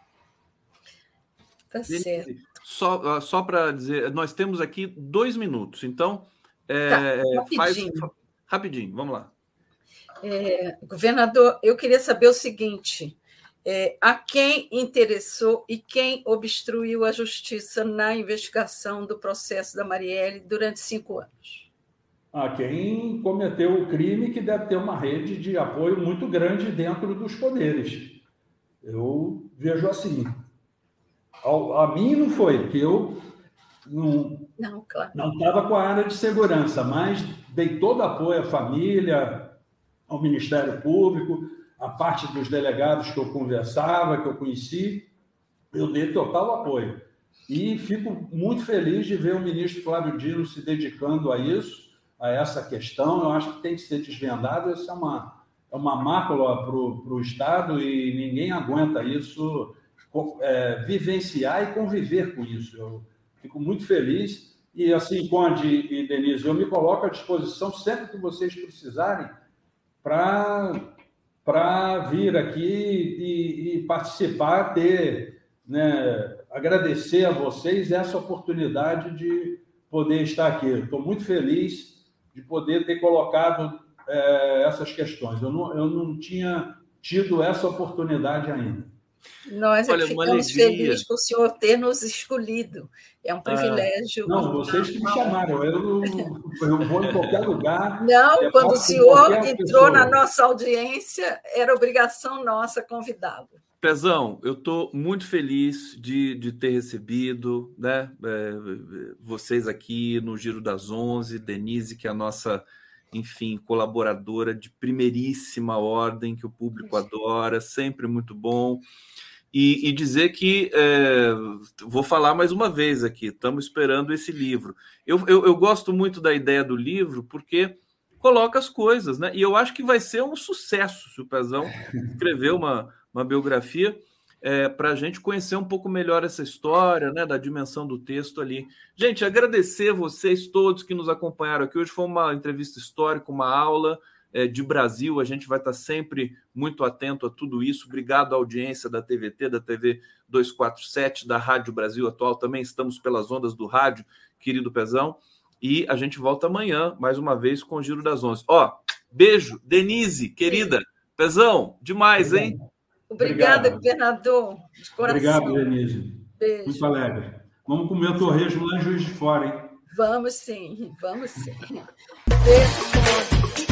Tá certo. Só para dizer, nós temos aqui 2 minutos, então rapidinho, vamos lá. Governador, eu queria saber o seguinte, a quem interessou e quem obstruiu a justiça na investigação do processo da Marielle durante 5 anos? A quem cometeu o crime, que deve ter uma rede de apoio muito grande dentro dos poderes. Eu vejo assim. A mim não foi, que eu não estava com a área de segurança, mas dei todo apoio à família, ao Ministério Público, a parte dos delegados que eu conversava, que eu conheci, eu dei total apoio. E fico muito feliz de ver o ministro Flávio Dino se dedicando a isso, a essa questão. Eu acho que tem que ser desvendado. Isso é uma mácula para o Estado e ninguém aguenta isso, vivenciar e conviver com isso. Eu fico muito feliz. E, assim, Conde e Denise, eu me coloco à disposição sempre que vocês precisarem para vir aqui e participar, agradecer a vocês essa oportunidade de poder estar aqui. Estou muito feliz de poder ter colocado essas questões. Eu não tinha tido essa oportunidade ainda. Nós ficamos felizes por o senhor ter nos escolhido. É um privilégio. Não, vocês que me chamaram. Eu vou em qualquer lugar. Não, quando o senhor entrou na nossa audiência, era obrigação nossa convidá-lo. Pezão, eu estou muito feliz de ter recebido, vocês aqui no Giro das 11, Denise, que é a nossa enfim, colaboradora de primeiríssima ordem, que o público adora, sempre muito bom. E dizer que, vou falar mais uma vez aqui, estamos esperando esse livro. Eu gosto muito da ideia do livro, porque coloca as coisas, né? E eu acho que vai ser um sucesso se o Pezão escrever uma biografia, para a gente conhecer um pouco melhor essa história, né, da dimensão do texto ali. Gente, agradecer vocês todos que nos acompanharam aqui. Hoje foi uma entrevista histórica, uma aula de Brasil. A gente vai estar sempre muito atento a tudo isso. Obrigado à audiência da TVT, da TV 247, da Rádio Brasil Atual. Também estamos pelas ondas do rádio, querido Pezão. E a gente volta amanhã, mais uma vez, com o Giro das 11. Beijo, Denise, querida. Pezão, demais, hein? Obrigada, governador, de coração. Obrigado, Denise. Beijo. Muito alegre. Vamos comer o torresmo lá em Juiz de Fora, hein? Vamos sim, vamos sim. Beijo.